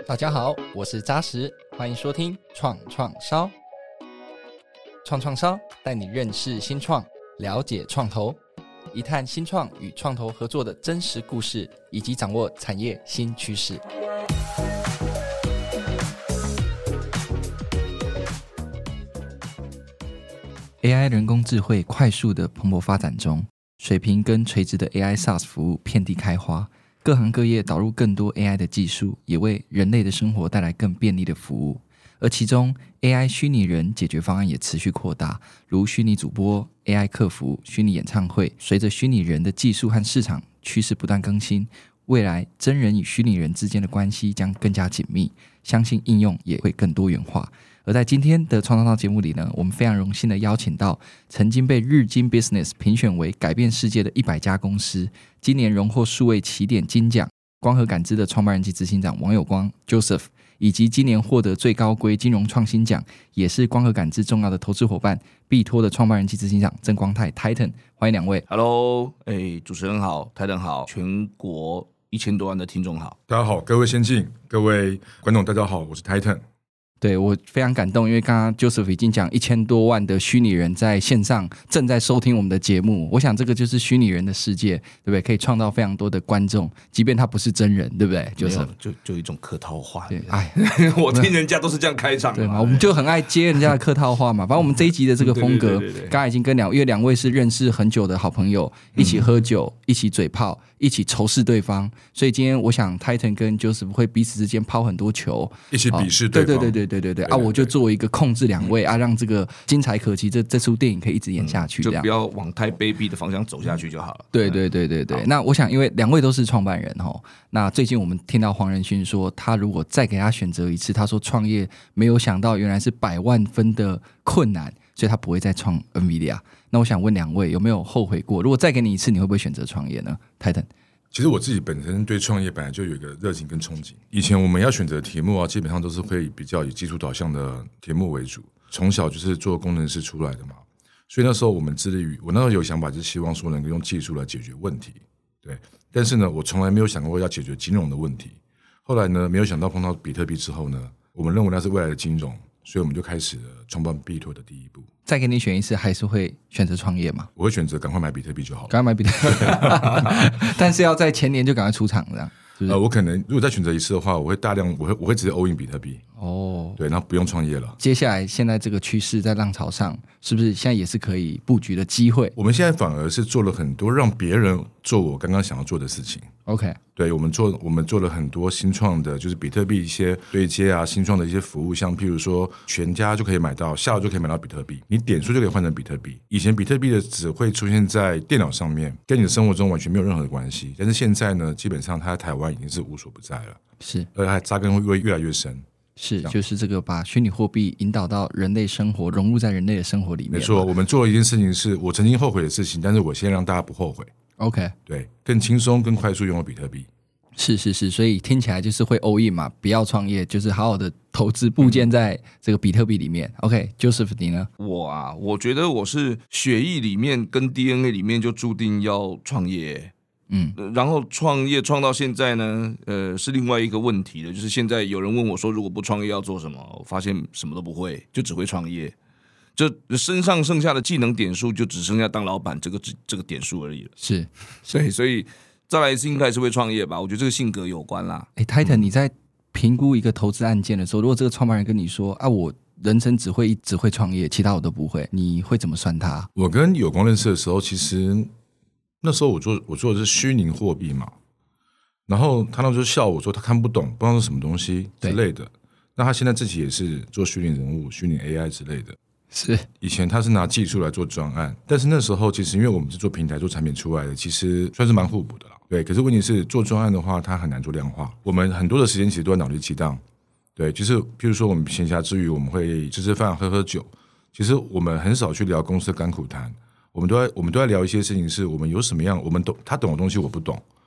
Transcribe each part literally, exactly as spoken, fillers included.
大家好，我是扎实，欢迎收听创创烧。创创烧带你认识新创，了解创投，一探新创与创投合作的真实故事，以及掌握产业新趋势。A I 人工智慧快速的蓬勃发展中，水平跟垂直的 A I SaaS 服务遍地开花，各行各业导入更多 A I 的技术，也为人类的生活带来更便利的服务。而其中 A I 虚拟人解决方案也持续扩大，如虚拟主播、A I 客服、虚拟演唱会。随着虚拟人的技术和市场趋势不断更新，未来真人与虚拟人之间的关系将更加紧密，相信应用也会更多元化。而在今天的创创烧节目里呢，我们非常荣幸的邀请到曾经被日经 Business 评选为改变世界的一百家公司，今年荣获数位起点金奖，光合感知的创办人及执行长王有光 Joseph， 以及今年获得最高规金融创新奖，也是光合感知重要的投资伙伴必托的创办人及执行长郑光泰 Titan。 欢迎两位。 Hello， 欸、主持人好， Titan 好，全国一千多万的听众好。 大家好，各位先进，各位观众大家好，我是 Titan。 对，我非常感动，因为刚刚 Joseph 已经讲一千多万的虚拟人在线上正在收听我们的节目，我想这个就是虚拟人的世界，对不对？可以创造非常多的观众，即便他不是真人，对不对 Joseph？ 就就一种客套话。 对，哎， 我听人家都是这样开场的， 对嘛？我们就很爱接人家的客套话嘛。反正我们这一集的这个风格，刚才已经跟两，因为两位是认识很久的好朋友，一起喝酒，嗯、一起嘴炮，一起仇视对方，所以今天我想 Titan 跟 Joseph 会彼此之间抛很多球， 一起鄙视对方。 对对对对对对对啊！我就作为一个控制两位、嗯、啊，让这个精彩可期，这这出电影可以一直演下去，这样、 嗯、就不要往太卑鄙的方向走下去就好了。 对对对对对。那我想，因为两位都是创办人哦，那最近我们听到黄仁勋说，他如果再给他选择一次，他说创业没有想到原来是百万分的困难，所以他不会再创 NVIDIA。那我想问两位，有没有后悔过？如果再给你一次，你会不会选择创业呢 ？Titan。 其实我自己本身对创业本来就有一个热情跟憧憬。以前我们要选择题目啊，基本上都是会比较以技术导向的题目为主。从小就是做工程师出来的嘛，所以那时候我们致力于，我那时候有想法，就是希望说能够用技术来解决问题。对，但是呢，我从来没有想过要解决金融的问题。后来呢，没有想到碰到比特币之后呢，我们认为那是未来的金融，所以我们就开始了创办必托的第一步。 再给你选一次，还是会选择创业吗？ 我会选择赶快买比特币就好了。 赶快买比特币，但是要在前年就赶快出场，这样是不是？ 呃，我可能如果再选择一次的话，我会大量，我会我会直接 all in 比特币。 哦， 对，然后不用创业了。 接下来现在这个趋势在浪潮上，是不是现在也是可以布局的机会？ 我们现在反而是做了很多让别人做我刚刚想要做的事情。 OK， 对，我们做我们做了很多新创的，就是比特币一些对接啊，新创的一些服务，像譬如说全家就可以买到，下午就可以买到比特币，你点数就可以换成比特币。以前比特币的只会出现在电脑上面，跟你的生活中完全没有任何的关系。但是现在呢，基本上它在台湾已经是无所不在了， 是， 而且它扎根会越来越深。 是，就是这个把虚拟货币引导到人类生活，融入在人类的生活里面。 没错，我们做了一件事情，是我曾经后悔的事情，但是我现在让大家不后悔。 OK， 对，更轻松、更快速拥有比特币。 是是是，所以听起来就是会 all in 嘛，不要创业，就是好好的投资部件在这个比特币里面。OK，Joseph， 你呢？ 我啊，我觉得我是血液里面跟 D N A 里面就注定要创业。嗯，然后创业创到现在呢，呃，是另外一个问题了，就是现在有人问我说，如果不创业要做什么？我发现什么都不会，就只会创业，就身上剩下的技能点数就只剩下当老板这个这个点数而已了。 是， 所以所以再来一次应该是会创业吧，我觉得这个性格有关啦。 哎 ，Titan，、嗯、你在评估一个投资案件的时候，如果这个创办人跟你说啊，我人生只会只会创业，其他我都不会，你会怎么算他？ 我跟有光认识的时候，其实那时候我做我做的是虚拟货币嘛，然后他那时候笑我说他看不懂，不知道是什么东西之类的。那他现在自己也是做虚拟人物、虚拟 A I 之类的。 是， 以前他是拿技术来做专案，但是那时候其实因为我们是做平台、做产品出来的，其实算是蛮互补的啦。对，可是问题是做专案的话，它很难做量化。我们很多的时间其实都在脑力激荡。对，就是譬如说我们闲暇之余，我们会吃吃饭、喝喝酒。其实我们很少去聊公司的甘苦谈。我们都在我们都在聊一些事情，是我们有什么样，我们懂他懂的东西我不懂，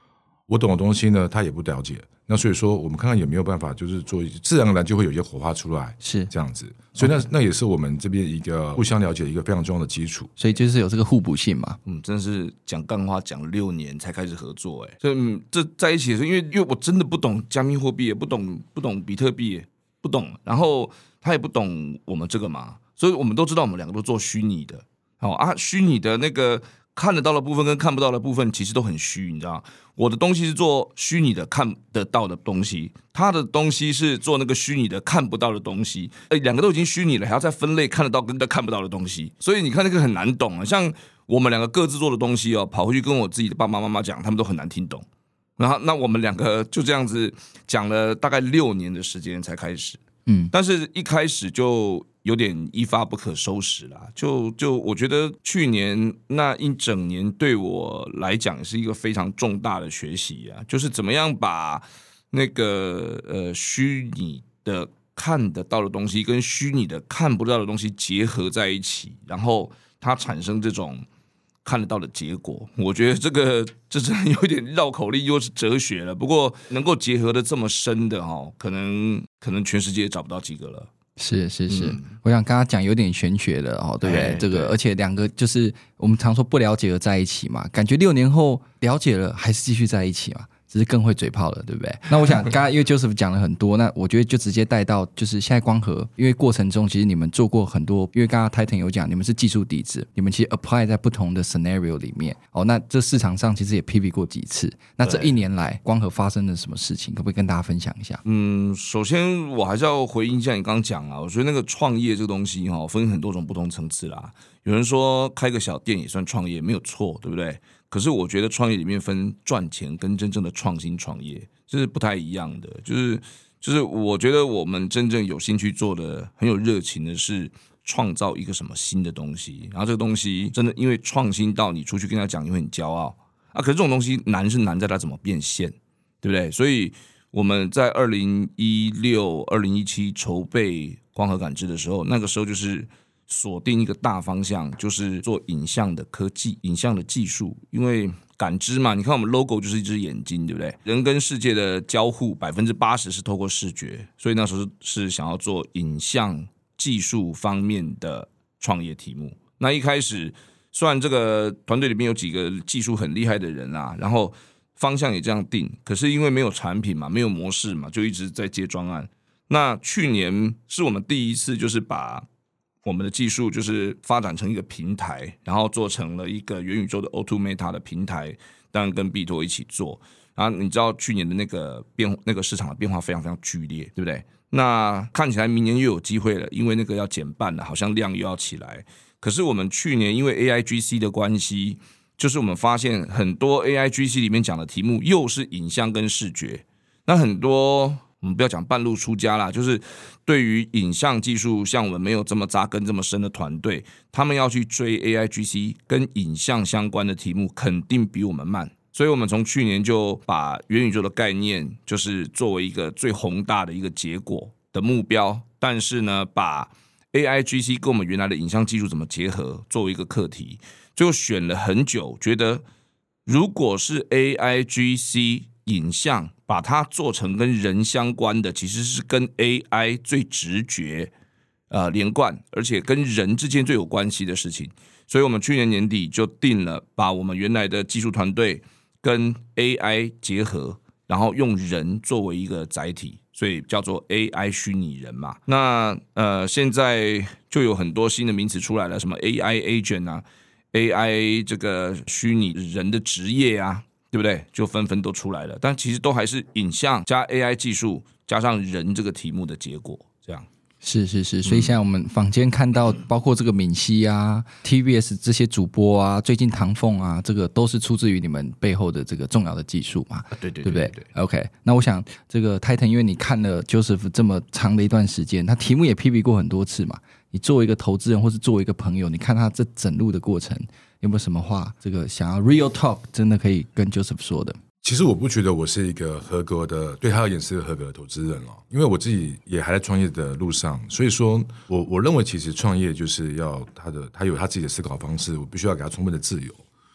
我懂的东西呢，他也不了解。那所以说，我们看看有没有办法，就是做自然而然就会有一些火花出来， 是这样子。所以那、okay. 那也是我们这边一个互相了解的一个非常重要的基础。 所以就是有这个互补性嘛。 嗯，真的是讲干话讲了六年才开始合作，哎，所以、嗯、这在一起的时候，因为因为我真的不懂加密货币，也不懂不懂比特币，不懂，然后他也不懂我们这个嘛，所以我们都知道我们两个都做虚拟的，好啊，虚拟的那个。看得到的部分跟看不到的部分其实都很虚，你知道吗？我的东西是做虚拟的看得到的东西，他的东西是做那个虚拟的看不到的东西，欸，两个都已经虚拟了，还要再分类看得到跟看不到的东西，所以你看那个很难懂啊。像我们两个各自做的东西哦，跑回去跟我自己的爸爸妈妈讲，他们都很难听懂。然后那我们两个就这样子讲了大概六年的时间才开始，嗯，但是一开始就有点一发不可收拾啦，就就我觉得去年那一整年对我来讲是一个非常重大的学习啊，就是怎么样把那个呃虚拟的看得到的东西跟虚拟的看不到的东西结合在一起，然后它产生这种看得到的结果。我觉得这个这真的有点绕口令，又是哲学了。不过能够结合的这么深的哈，可能可能全世界找不到几个了。 是是是，嗯，我想跟他讲有点玄学的哦，对不对？这个而且两个就是我们常说不了解而在一起嘛，感觉六年后了解了还是继续在一起嘛，只是更会嘴炮了，对不对？那我想刚刚因为 Joseph 讲了很多，那我觉得就直接带到就是现在光合，因为过程中其实你们做过很多，因为刚刚 Titan 有讲你们是技术底子，你们其实 apply 在不同的 scenario 里面哦。那这市场上其实也 pivot 过几次，那这一年来光合发生了什么事情，可不可以跟大家分享一下？ 嗯，首先我还是要回应一下你刚刚讲啊，我觉得那个创业这个东西哈，分很多种不同层次啦。有人说开个小店也算创业，没有错，对不对？可是我觉得创业里面分赚钱跟真正的创新创业，这是不太一样的。就是就是我觉得我们真正有兴趣做的、很有热情的是创造一个什么新的东西，然后这个东西真的因为创新到你出去跟他讲，你会很骄傲啊。可是这种东西难是难在它怎么变现，对不对？所以我们在二零一六、二零一七筹备光合感知的时候，那个时候就是锁定一个大方向，就是做影像的科技、影像的技术。因为感知嘛，你看我们 logo 就是一只眼睛，对不对？人跟世界的交互百分之八十是透过视觉，所以那时候是想要做影像技术方面的创业题目。那一开始虽然这个团队里面有几个技术很厉害的人啊，然后方向也这样定，可是因为没有产品嘛，没有模式嘛，就一直在接专案。那去年是我们第一次就是把我们的技术就是发展成一个平台，然后做成了一个元宇宙的 O 二 Meta 的平台，当然跟币托一起做。然后你知道去年的那个变那个市场的变化非常非常剧烈，对不对？那看起来明年又有机会了，因为那个要减半了，好像量又要起来。可是我们去年因为 A I G C 的关系，就是我们发现很多 A I G C 里面讲的题目又是影像跟视觉，那很多我们不要讲半路出家啦，就是对于影像技术像我们没有这么扎根这么深的团队，他们要去追 A I G C 跟影像相关的题目肯定比我们慢，所以我们从去年就把元宇宙的概念就是作为一个最宏大的一个结果的目标，但是呢把 A I G C 跟我们原来的影像技术怎么结合作为一个课题，最后选了很久，觉得如果是 A I G C 影像把它做成跟人相关的，其实是跟 A I 最直觉、呃、连贯，而且跟人之间最有关系的事情。所以我们去年年底就定了，把我们原来的技术团队跟 A I 结合，然后用人作为一个载体，所以叫做 A I 虚拟人嘛。那呃，现在就有很多新的名词出来了，什么 A I agent 啊 ，A I 这个虚拟人的职业啊。对不对？就纷纷都出来了，但其实都还是影像加 A I 技术加上人这个题目的结果，这样。 是是是，所以现在我们坊间看到，包括这个敏熙啊、T V S 这些主播啊，最近唐凤啊，这个都是出自于你们背后的这个重要的技术嘛？ 啊、对对对, 对, 对, 对, 对不对 ？OK， 那我想这个 Titan， 因为你看了 Joseph 这么长的一段时间，他题目也P P过很多次嘛。你作为一个投资人，或是作为一个朋友，你看他这整路的过程，有没有什么话，这个想要 real talk， 真的可以跟 Joseph 说的？ 其实我不觉得我是一个合格的，对他而言是一个合格的投资人哦，因为我自己也还在创业的路上，所以说我我认为其实创业就是要他的他有他自己的思考方式，我必须要给他充分的自由。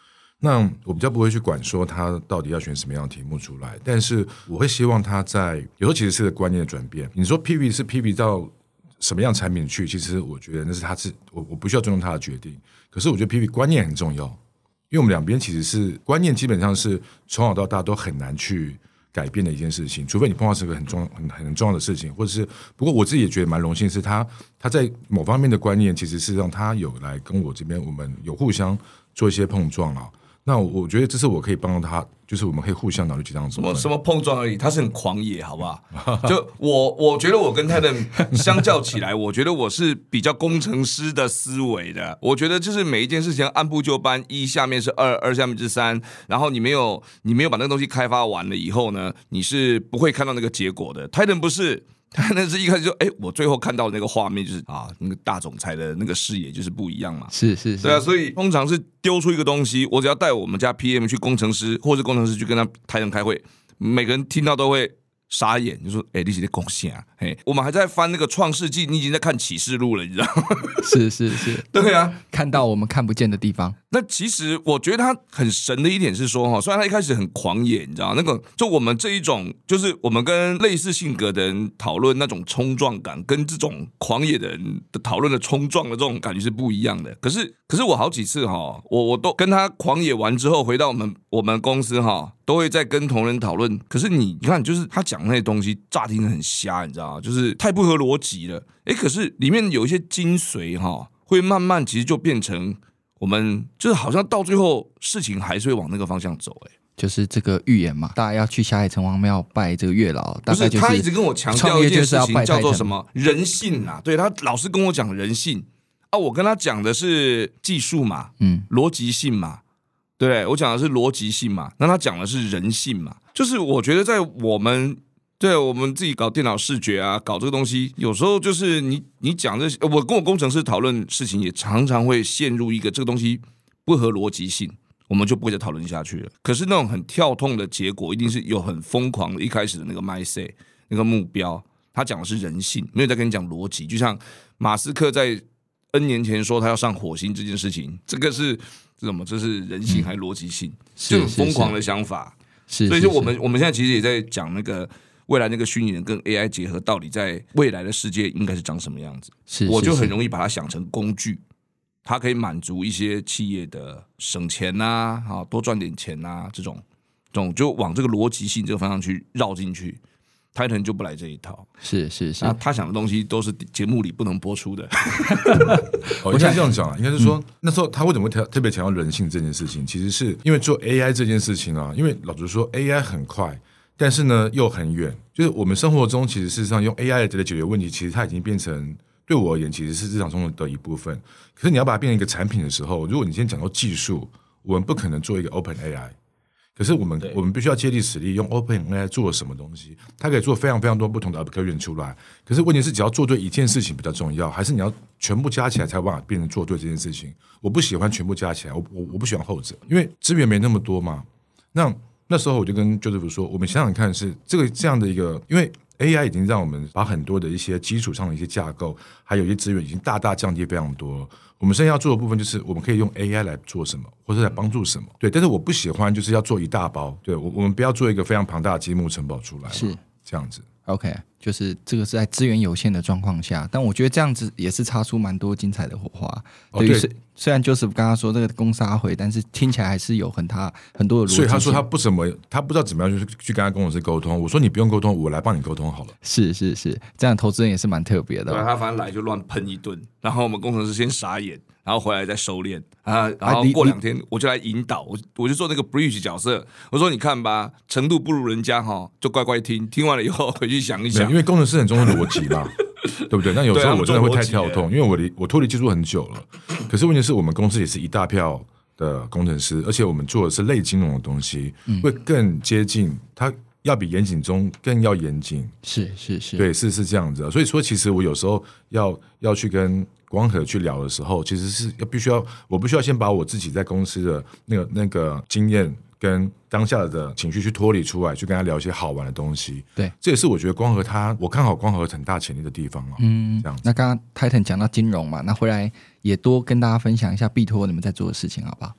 那我比较不会去管说他到底要选什么样的题目出来，但是我会希望他在有时候其实是个观念的转变。你说 P V 是 P V 到什么样产品去，其实我觉得那是他是我我不需要尊重他的决定。可是我觉得 P V 观念很重要，因为我们两边其实是观念基本上是从小到大都很难去改变的一件事情，除非你碰到是个很重很很重要的事情，或者是不过我自己也觉得蛮荣幸，是他他在某方面的观念其实是让他有来跟我这边我们有互相做一些碰撞啊。那我觉得这是我可以帮到他，就是我们可以互相脑力去这样做。 什么什么碰撞而已，他是很狂野，好不好？就我我觉得我跟他的相较起来，我觉得我是比较工程师的思维的。我觉得就是每一件事情按部就班，一下面是二，二下面是三，然后你没有你没有把那个东西开发完了以后呢，你是不会看到那个结果的。Titan 不是。他那是一开始就哎，我最后看到那个画面就是啊，那个大总裁的那个视野就是不一样嘛。 是是是， 对啊，所以通常是丢出一个东西，我只要带我们家 P M 去工程师，或是工程师去跟他台人开会，每个人听到都会傻眼，就说哎，你是在贡献啊？嘿，我们还在翻那个创世纪，你已经在看启示录了，你知道吗？ 是是是， 对啊， 看到我们看不见的地方。 那其实我觉得他很神的一点是说，虽然他一开始很狂野，你知道那个就我们这一种，就是我们跟类似性格的人讨论那种冲撞感，跟这种狂野的人的讨论的冲撞的这种感觉是不一样的。可是，可是我好几次哈，我我都跟他狂野完之后，回到我们我们公司哈，都会再跟同仁讨论。可是你你看，就是他讲那些东西，乍听很瞎，你知道吗？就是太不合逻辑了。哎，可是里面有一些精髓哈，会慢慢其实就变成。我们就是好像到最后事情还是会往那个方向走、欸， 就是这个预言嘛，大家要去霞海城隍庙拜这个月老，大概就是他一直跟我强调一件事情，叫做什么人性啊？对，他老是跟我讲人性啊，我跟他讲的是技术嘛，嗯，逻辑性嘛，对不对？我讲的是逻辑性嘛，那他讲的是人性嘛，就是我觉得在我们。对，我们自己搞电脑视觉啊，搞这个东西，有时候就是你你讲这些，我跟我工程师讨论事情，也常常会陷入一个这个东西不合逻辑性，我们就不会再讨论下去了。可是那种很跳痛的结果，一定是有很疯狂的一开始的那个 mindset 那个目标，他讲的是人性，没有在跟你讲逻辑。就像马斯克在 N 年前说他要上火星这件事情，这个是这什么？这是人性还是逻辑性？嗯、就很疯狂的想法。 是， 所以就我们我们现在其实也在讲那个。未来那个虚拟人跟 A I 结合，到底在未来的世界应该是长什么样子？ 是， 我就很容易把它想成工具，它可以满足一些企业的省钱呐、啊，多赚点钱呐、啊，这种，这种就往这个逻辑性这个方向去绕进去。Titan 就不来这一套， 是是是， 他想的东西都是节目里不能播出的。 我应该这样讲啊，应该是说、嗯、那时候他为什么会特别强调人性这件事情，其实是因为做 A I 这件事情啊，因为老实说 A I 很快。但是呢，又很远。就是我们生活中，其实事实上用 A I 来解决问题，其实它已经变成对我而言，其实是日常中的一部分。可是你要把它变成一个产品的时候，如果你先讲到技术，我们不可能做一个 Open A I。可是我们我们必须要接地实力，用 Open A I 做了什么东西，它可以做非常非常多不同的 application 出来。可是问题是，只要做对一件事情比较重要，还是你要全部加起来才有办法变成做对这件事情？我不喜欢全部加起来，我我我不喜欢后者，因为资源没那么多嘛。那那时候我就跟 Joseph 说，我们想想看是这个这样的一个，因为 A I 已经让我们把很多的一些基础上的一些架构，还有一些资源已经大大降低非常多。我们现在要做的部分就是我们可以用 A I 来做什么，或者来帮助什么。对，但是我不喜欢就是要做一大包，对我我们不要做一个非常庞大的积木城堡出来， 是这样子。 OK， 就是这个是在资源有限的状况下，但我觉得这样子也是擦出蛮多精彩的火花。 哦、对于是虽然 Joseph 刚刚说这个攻杀回，但是听起来还是有很大很多的逻辑性。 所以他说他不怎么，他不知道怎么样去去跟他工程师沟通。我说你不用沟通，我来帮你沟通好了。 是是是，这样投资人也是蛮特别的、哦。 对，他反正来就乱喷一顿，然后我们工程师先傻眼，然后回来再收敛啊，然后过两天我就来引导，我我就做那个 bridge 角色。我说你看吧，程度不如人家哈，就乖乖听，听完了以后回去想一想， 因为工程师很重视逻辑嘛。对不对？那有时候我真的会太跳痛，因为我离我脱离技术很久了。可是问题是我们公司也是一大票的工程师，而且我们做的是类金融的东西，嗯、会更接近它，要比严谨中更要严谨。 是是是， 对，是是这样子、啊。所以说，其实我有时候要要去跟光和去聊的时候，其实是要必须要，我必须要先把我自己在公司的那个那个经验跟当下的情绪去脱离出来，去跟他聊一些好玩的东西。 对， 这也是我觉得光和他，我看好光和很大潜力的地方了。嗯，这样子。 那刚刚 Titan 讲到金融嘛，那回来也多跟大家分享一下币托你们在做的事情，好不好？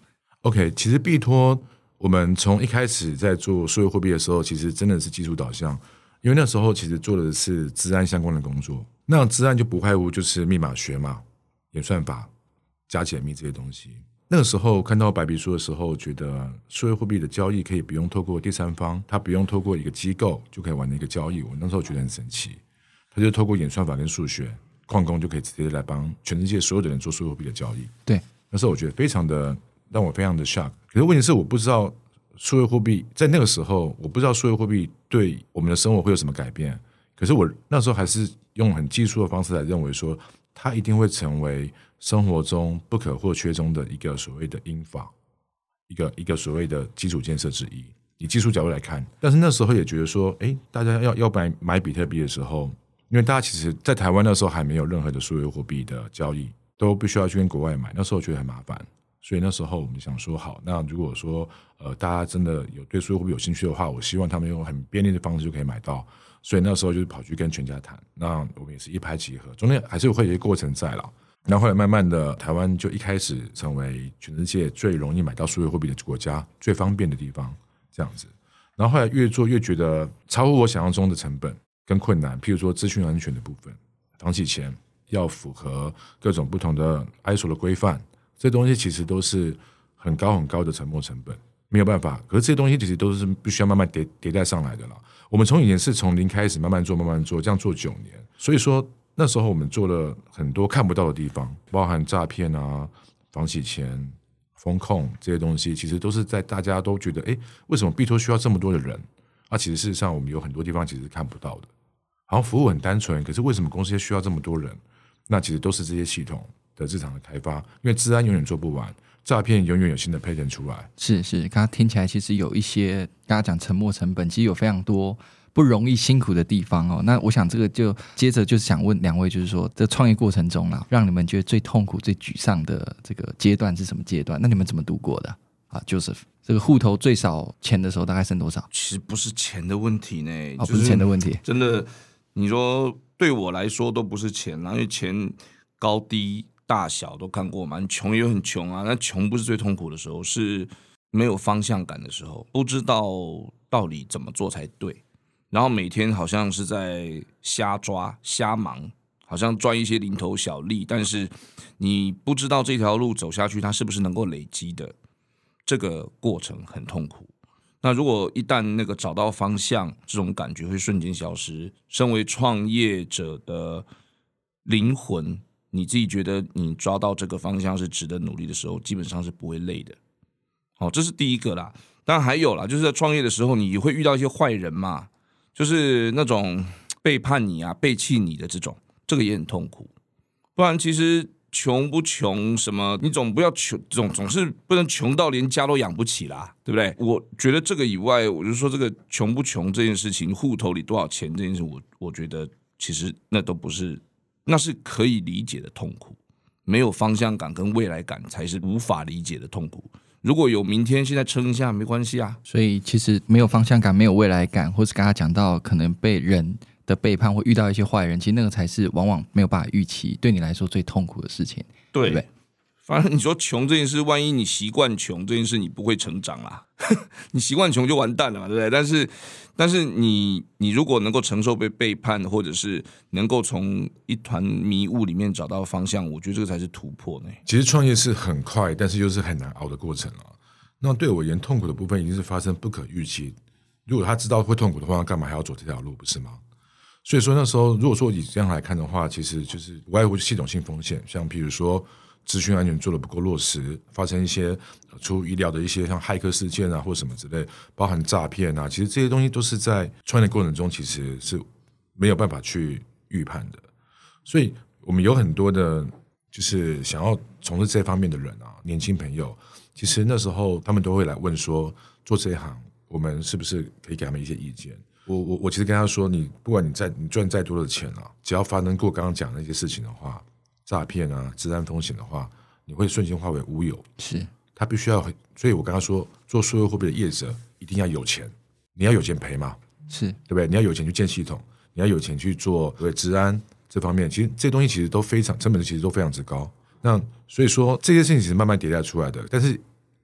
OK， 其实币托我们从一开始在做数位货币的时候，其实真的是技术导向，因为那时候其实做的是资安相关的工作。那资安就不外乎就是密码学嘛、演算法、加解密这些东西。那个时候看到白皮书的时候，觉得数位货币的交易可以不用透过第三方，它不用透过一个机构就可以完成一个交易。我那时候觉得很神奇，它就透过演算法跟数学，矿工就可以直接来帮全世界所有的人做数位货币的交易。 对， 那时候我觉得非常的让我非常的 shock。可是问题是，我不知道数位货币在那个时候，我不知道数位货币对我们的生活会有什么改变。可是我那时候还是用很技术的方式来认为说，它一定会成为生活中不可或缺中的一个所谓的因法，一个一个所谓的基础建设之一。以技术角度来看，但是那时候也觉得说，哎，大家要要买买比特币的时候，因为大家其实在台湾那时候还没有任何的数位货币的交易，都必须要去跟国外买，那时候觉得很麻烦。所以那时候我们想说，好，那如果说呃大家真的有对数位货币有兴趣的话，我希望他们用很便利的方式就可以买到。所以那时候就是跑去跟全家谈，那我们也是一拍即合，中间还是会有一些过程在啦。然后后来慢慢的，台湾就一开始成为全世界最容易买到数位货币的国家，最方便的地方，这样子。然后后来越做越觉得超乎我想象中的成本跟困难，譬如说资讯安全的部分，房企前要符合各种不同的 I S O 的规范，这些东西其实都是很高很高的沉没成本，没有办法。可是这些东西其实都是必须要慢慢迭迭代上来的啦。我们从以前是从零开始慢慢做慢慢做，这样做九年，所以说那时候我们做了很多看不到的地方，包含诈骗啊、房洗钱、风控这些东西，其实都是在大家都觉得，哎，为什么币托需要这么多的人？啊，其实事实上我们有很多地方其实是看不到的，好像服务很单纯，可是为什么公司需要这么多人？那其实都是这些系统的日常的开发，因为治安永远做不完。诈骗永远有新的 pattern 出来， 是是，刚刚听起来其实有一些，刚刚讲沉没成本，其实有非常多不容易辛苦的地方哦。那我想这个就接着就是想问两位，就是说这创业过程中啦，让你们觉得最痛苦、最沮丧的这个阶段是什么阶段？那你们怎么度过的啊 ？Joseph， 这个户头最少钱的时候大概剩多少？ 其实不是钱的问题呢， 哦，不是钱的问题， 真的，你说对我来说都不是钱啦，因为钱高低大小都看过嘛，你穷也很穷啊。那穷不是最痛苦的时候，是没有方向感的时候，不知道到底怎么做才对，然后每天好像是在瞎抓瞎忙，好像赚一些零头小利，但是你不知道这条路走下去它是不是能够累积的，这个过程很痛苦。那如果一旦那个找到方向，这种感觉会瞬间消失。身为创业者的灵魂，你自己觉得你抓到这个方向是值得努力的时候，基本上是不会累的。好，这是第一个啦。当然还有啦，就是在创业的时候，你会遇到一些坏人嘛，就是那种背叛你啊、背弃你的这种，这个也很痛苦。不然其实穷不穷什么，你总不要穷，总总是不能穷到连家都养不起啦，对不对？我觉得这个以外，我就说这个穷不穷这件事情，户头里多少钱这件事，我我觉得其实那都不是。那是可以理解的痛苦，没有方向感跟未来感才是无法理解的痛苦。如果有明天，现在撑一下没关系啊。 所以其实没有方向感、没有未来感，或是刚刚讲到可能被人的背叛或遇到一些坏人，其实那个才是往往没有办法预期，对你来说最痛苦的事情，对不对？ 反正你说穷这件事，万一你习惯穷这件事，你不会成长啦。你习惯穷就完蛋了嘛，对不对？但是，但是你你如果能够承受被背叛，或者是能够从一团迷雾里面找到方向，我觉得这个才是突破呢。 其实创业是很快，但是又是很难熬的过程啊。那对我而言，痛苦的部分已经是发生不可预期。如果他知道会痛苦的话，干嘛还要走这条路，不是吗？所以说那时候，如果说以这样来看的话，其实就是无外乎系统性风险，像譬如说资讯安全做的不够落实，发生一些出乎意料的一些像骇客事件啊，或什么之类，包含诈骗啊，其实这些东西都是在创业过程中其实是没有办法去预判的。所以我们有很多的，就是想要从事这方面的人啊，年轻朋友，其实那时候他们都会来问说，做这一行，我们是不是可以给他们一些意见？我我我其实跟他说，你不管你再你赚再多的钱啊，只要发生过刚刚讲的那些事情的话，诈骗啊、治安风险的话，你会瞬间化为乌有。 是， 他必须要，所以我跟他说，做数位货币的业者一定要有钱，你要有钱赔嘛， 是对不对？你要有钱去建系统，你要有钱去做对治安这方面，其实这些东西其实都非常成本，其实都非常之高。那所以说这些事情其实慢慢迭代出来的，但是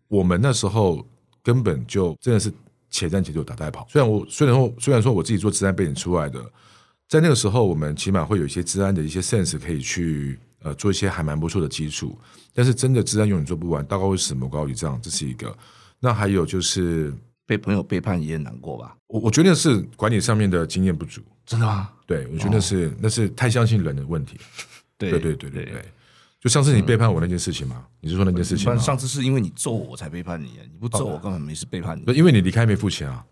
我们那时候根本就真的是且战且走打带跑。虽然我虽然说虽然说我自己做治安背景出来的，在那个时候我们起码会有一些治安的一些 sense 可以去呃做一些还蛮不错的基础，但是真的治安永远做不完，道高会死魔高一丈，这是一个。那还有就是被朋友背叛也很难过吧？ 我我觉得是管理上面的经验不足。 真的吗？ 对，我觉得那是、哦、那是太相信人的问题。 对对对对对对。就上次你背叛我那件事情吗？嗯、你是说那件事情吗？ 上次是因为你揍我才背叛你，你不揍我根本没事背叛你。 因为你离开没付钱啊。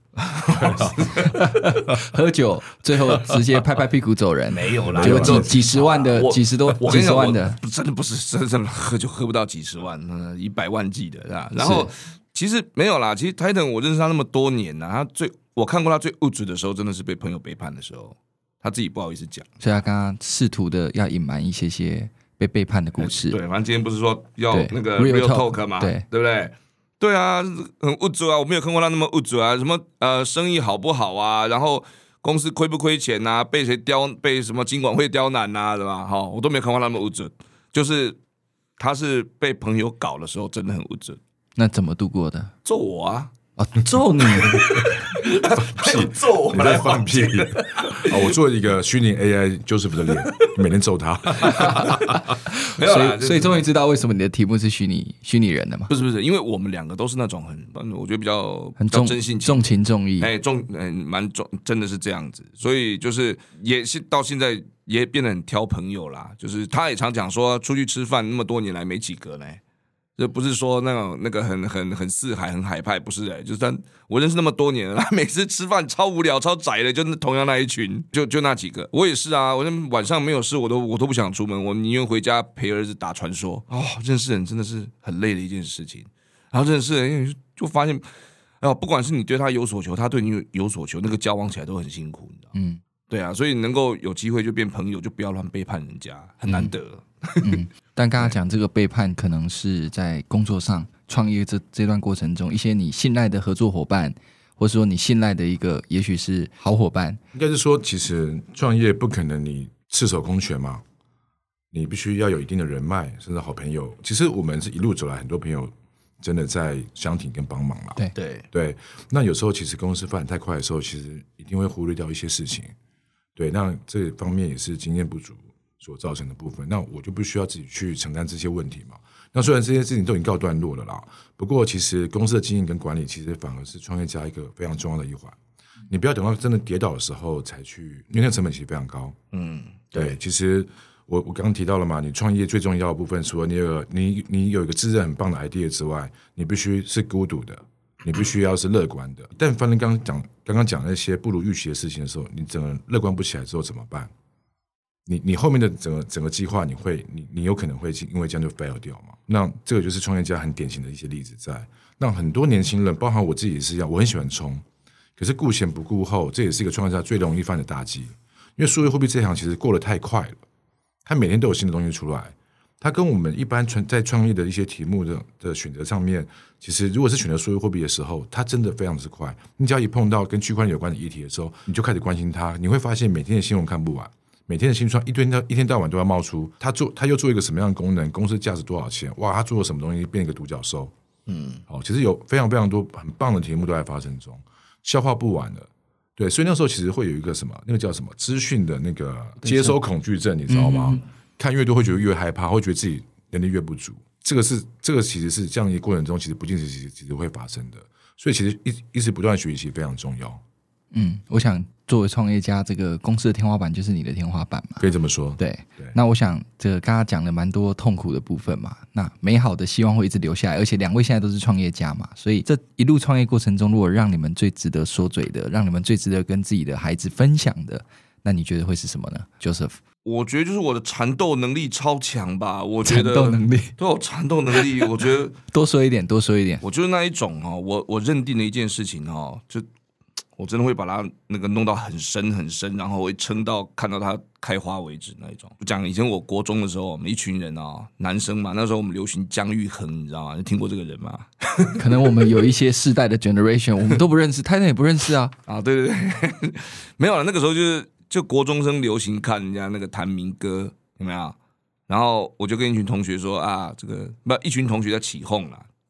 喝酒最后直接拍拍屁股走人， 没有啦， 就几几十万的，几十多几十万的， 真的不是真的真的喝酒喝不到几十万，一百万计的，然后其实没有啦，其实 Titan 我认识他那么多年了，他最我看过他最物质的时候，真的是被朋友背叛的时候，他自己不好意思讲， 所以他刚刚试图的要隐瞒一些些被背叛的故事。 对，反正今天不是说要那个 real talk 嘛， 对对不对？对啊，很物质啊，我没有看过他那么物质啊，什么呃生意好不好啊，然后公司亏不亏钱啊，被谁刁，被什么金管会刁难啊，对吧？好，我都没有看过他那么物质，就是他是被朋友搞的时候真的很物质。 那怎么度过的？ 揍我啊！ 哦，揍你！ 屁！ 揍我！ 你在放屁！哦，我做一个虚拟 A I Joseph 的脸，每天揍他。 没有啦， 所以所以终于知道为什么你的题目是虚拟虚拟人的嘛？ 不是不是，因为我们两个都是那种很，我觉得比较很重真性情、 重情重义， 哎，重哎蛮重，真的是这样子。所以就是也是到现在也变得很挑朋友啦。就是他也常讲说，出去吃饭那么多年来没几个呢。这不是说那种那个很很很四海很海派，不是哎、欸，就是他我认识那么多年了，每次吃饭超无聊超窄的，就同样那一群，就就那几个。我也是啊，我晚上没有事，我都我都不想出门，我宁愿回家陪儿子打传说。哦，认识人真的是很累的一件事情。然后认识人就发现，哦，不管是你对他有所求，他对你有所求，那个交往起来都很辛苦，你知道吗？嗯，对啊，所以能够有机会就变朋友，就不要乱背叛人家，很难得。嗯嗯，但刚刚讲这个背叛，可能是在工作上创业这这段过程中，一些你信赖的合作伙伴，或者说你信赖的一个，也许是好伙伴。 应该是说，其实创业不可能你赤手空拳嘛，你必须要有一定的人脉，甚至好朋友。其实我们是一路走来，很多朋友真的在相挺跟帮忙啦。 对对对，那有时候其实公司发展太快的时候，其实一定会忽略掉一些事情。对，那这方面也是经验不足所造成的部分，那我就不需要自己去承担这些问题嘛。那虽然这些事情都已经告段落了啦，不过其实公司的经营跟管理其实反而是创业家一个非常重要的一环。你不要等到真的跌倒的时候才去，因为那个成本其实非常高。嗯，对，其实我我刚刚提到了嘛，你创业最重要的部分，除了你有你你有一个自认很棒的 idea 之外，你必须是孤独的，你必须要是乐观的。但反正刚刚讲刚刚讲那些不如预期的事情的时候，你整个乐观不起来之后怎么办？你你后面的整个整个计划，你会你你有可能会因为这样就 fail 掉嘛？那这个就是创业家很典型的一些例子在。那很多年轻人，包含我自己也是一样，我很喜欢冲，可是顾前不顾后，这也是一个创业家最容易犯的大忌。因为数位货币这行其实过得太快了，它每天都有新的东西出来，它跟我们一般在创业的一些题目 的, 的选择上面，其实如果是选择数位货币的时候，它真的非常之快。你只要一碰到跟区块链有关的议题的时候，你就开始关心它，你会发现每天的新闻看不完。每天的新创一天到一天到晚都要冒出，他做他又做一个什么样的功能，公司价值多少钱？哇，他做了什么东西变一个独角兽？嗯，好，其实有非常非常多很棒的题目都在发生中，消化不完的。对，所以那时候其实会有一个什么，那个叫什么资讯的那个接收恐惧症，你知道吗？嗯、看越多会觉得越害怕，会觉得自己能力越不足。这个是这个其实是这样一个过程中，其实不定时其实其实会发生的。所以其实一一直不断学习非常重要。 嗯，我想作为创业家，这个公司的天花板就是你的天花板嘛， 可以这么说。 对，对那我想这个刚刚讲了蛮多痛苦的部分嘛，那美好的希望会一直留下来，而且两位现在都是创业家嘛，所以这一路创业过程中，如果让你们最值得说嘴的，让你们最值得跟自己的孩子分享的，那你觉得会是什么呢 ，Joseph？ 我觉得就是我的缠斗能力超强吧，我觉得缠斗能力， 对，我缠斗能力，我觉得多说一点，多说一点。 我就是那一种哦，我我认定了一件事情哦，就。我真的会把它那个弄到很深很深，然后会撑到看到它开花为止那一种。讲以前我国中的时候，我们一群人啊，男生嘛，那时候我们流行姜育恒，你知道吗？你听过这个人吗？ 可能我们有一些世代的 generation， 我们都不认识，泰坦也不认识啊。 啊，对对对，没有了。那个时候就是就国中生流行看人家那个弹民歌，有没有？然后我就跟一群同学说啊，这个不一群同学在起哄啦。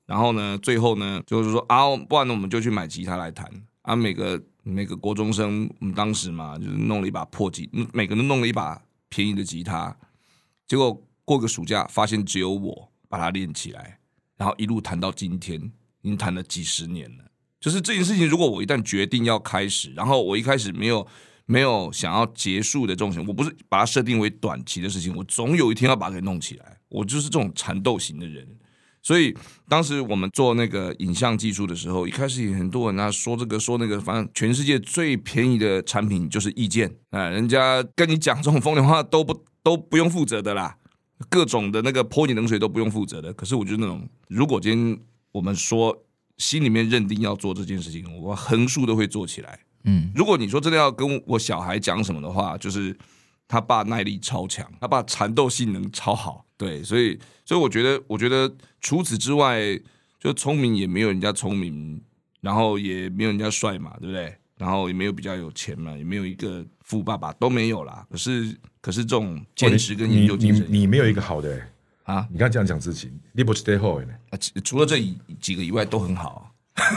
然后呢，最后呢，就是说啊，不然呢，我们就去买吉他来弹啊。每个每个国中生，我们当时嘛，就是弄了一把破吉，每个人弄了一把便宜的吉他。结果过个暑假，发现只有我把它练起来，然后一路弹到今天，已经弹了几十年了。就是这件事情，如果我一旦决定要开始，然后我一开始没有没有想要结束的这种情况，我不是把它设定为短期的事情，我总有一天要把它给弄起来。我就是这种缠斗型的人。所以当时我们做那个影像技术的时候，一开始也很多人啊说这个说那个，反正全世界最便宜的产品就是意见啊，人家跟你讲这种风凉话都不都不用负责的啦，各种的那个泼你冷水都不用负责的。可是我就是那种，如果今天我们说心里面认定要做这件事情，我横竖都会做起来。嗯，如果你说真的要跟我小孩讲什么的话，就是他爸耐力超强，他爸缠斗性能超好。对，所以所以我觉得，我觉得除此之外，就聪明也没有人家聪明，然后也没有人家帅嘛，对不对？然后也没有比较有钱嘛，也没有一个富爸爸，都没有啦。可是可是这种坚持跟研究精神， 哦、你, 你, 你没有一个好的、欸、啊！你刚刚这样讲自己，你不 stay home 呢、 啊？除了这几个以外都很好。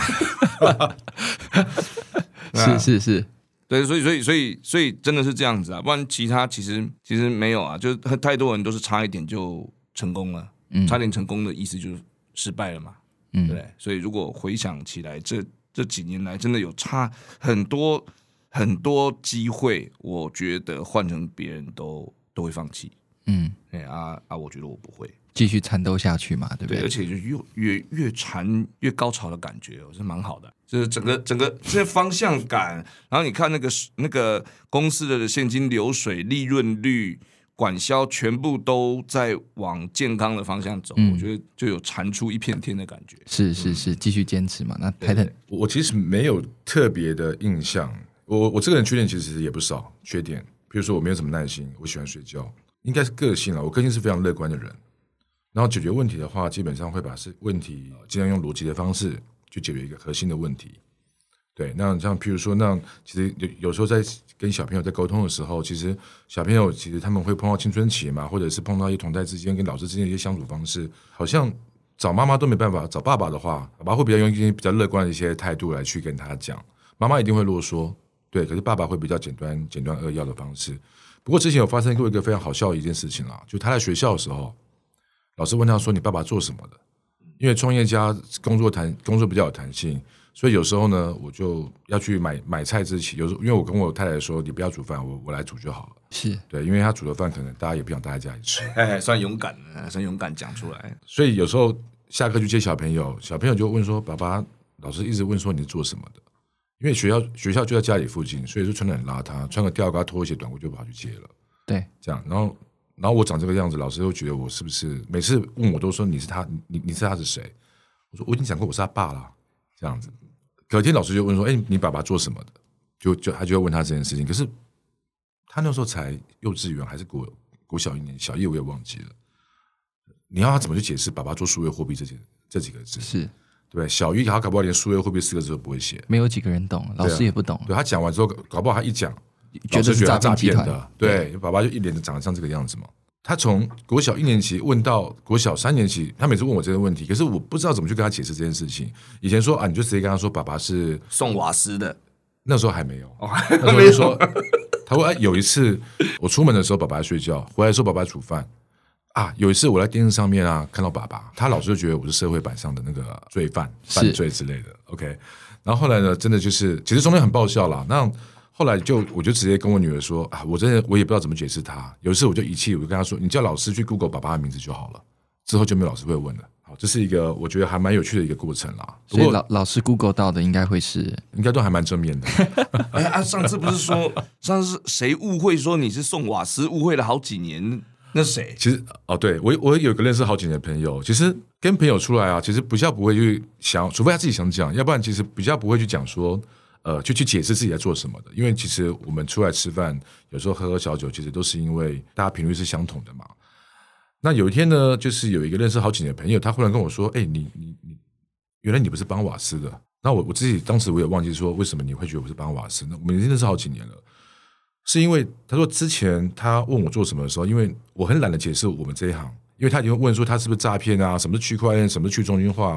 是是是。 对，所以所以所以所以真的是这样子啊，不然其他其实其实没有啊，就是太多人都是差一点就成功了，嗯、差点成功的意思就是失败了嘛，嗯、对不对？所以如果回想起来，这这几年来真的有差很多很多机会，我觉得换成别人都都会放弃，嗯，哎啊啊，我觉得我不会。 继续缠斗下去嘛，对不对？ 对，而且就越越越缠越高潮的感觉，是蛮好的。就是整个整个这些方向感，然后你看那个那个公司的现金流水、利润率、管销，全部都在往健康的方向走，嗯、我觉得就有缠出一片天的感觉。 是是是，继续坚持嘛。那台腾， 我其实没有特别的印象，我我这个人缺点其实也不少，缺点，比如说我没有什么耐心，我喜欢睡觉，应该是个性了。我个性是非常乐观的人。然后解决问题的话，基本上会把是问题尽量用逻辑的方式去解决一个核心的问题。对，那像譬如说，那其实有有时候在跟小朋友在沟通的时候，其实小朋友其实他们会碰到青春期嘛，或者是碰到一些同代之间跟老师之间的一些相处方式，好像找妈妈都没办法，找爸爸的话，爸爸会比较用一些比较乐观的一些态度来去跟他讲，妈妈一定会啰嗦，对，可是爸爸会比较简单简单扼要的方式。不过之前有发生过一个非常好笑的一件事情啦，就他在学校的时候。老师问他说：“你爸爸做什么的？”因为创业家工作弹工作比较有弹性，所以有时候呢，我就要去买买菜之前，有时候因为我跟我太太说：“你不要煮饭，我我来煮就好了。” 是对， 因为他煮的饭可能大家也不想待在家里吃， 哎，算勇敢，算勇敢讲出来。 所以有时候下课去接小朋友，小朋友就问说：“爸爸，老师一直问说你是做什么的？”因为学校学校就在家里附近，所以就穿得很邋遢，穿个吊嘎拖鞋短裤就跑去接了。 对， 这样，然后。然后我长这个样子，老师会觉得我是不是每次问我都说你是他，你你是他是谁？我说我已经讲过我是他爸了，这样子。隔天老师就问说：“哎，你爸爸做什么的？”就就他就会问他这件事情。可是他那时候才幼稚园还是国国小一年，小一我也忘记了。你要他怎么去解释爸爸做数位货币这几这几个字？ 是对，小一他搞不好连数位货币四个字都不会写， 没有几个人懂，老师也不懂。 对，他讲完之后，搞不好他一讲。 觉得是诈骗的，对，爸爸就一脸的长得像这个样子嘛。他从国小一年级问到国小三年级，他每次问我这个问题，可是我不知道怎么去跟他解释这件事情。以前说啊，你就直接跟他说爸爸是送瓦斯的， 那时候还没有。哦、那时候就说，他说、哎、有一次我出门的时候，爸爸在睡觉，回来的时候爸爸煮饭啊。有一次我在电视上面啊看到爸爸，他老师就觉得我是社会版上的那个罪犯、犯罪之类的。OK， 然后后来呢，真的就是其实中间很爆笑啦。那后来就我就直接跟我女儿说啊，我真的我也不知道怎么解释她。有一次我就一气，我就跟她说，你叫老师去 Google 爸爸的名字就好了，之后就没有老师会问了。好，这是一个我觉得还蛮有趣的一个过程啦。 所以老老师 Google 到的应该会是， 应该都还蛮正面的。 哎啊，上次不是说上次谁误会说你是送瓦斯，误会了好几年。那谁？ 其实哦，对我我有个认识好几年的朋友，其实跟朋友出来啊，其实比较不会去想，除非他自己想讲，要不然其实比较不会去讲说。呃，就去解释自己在做什么的，因为其实我们出来吃饭，有时候喝喝小酒，其实都是因为大家频率是相同的嘛。那有一天呢，就是有一个认识好几年的朋友，他忽然跟我说：“哎、欸，你你你，原来你不是帮瓦斯的。”那我我自己当时我也忘记说为什么你会觉得我是帮瓦斯呢？我们已经认识好几年了，是因为他说之前他问我做什么的时候，因为我很懒得解释我们这一行，因为他已经问说他是不是诈骗啊，什么是区块链，什么是去中心化啊。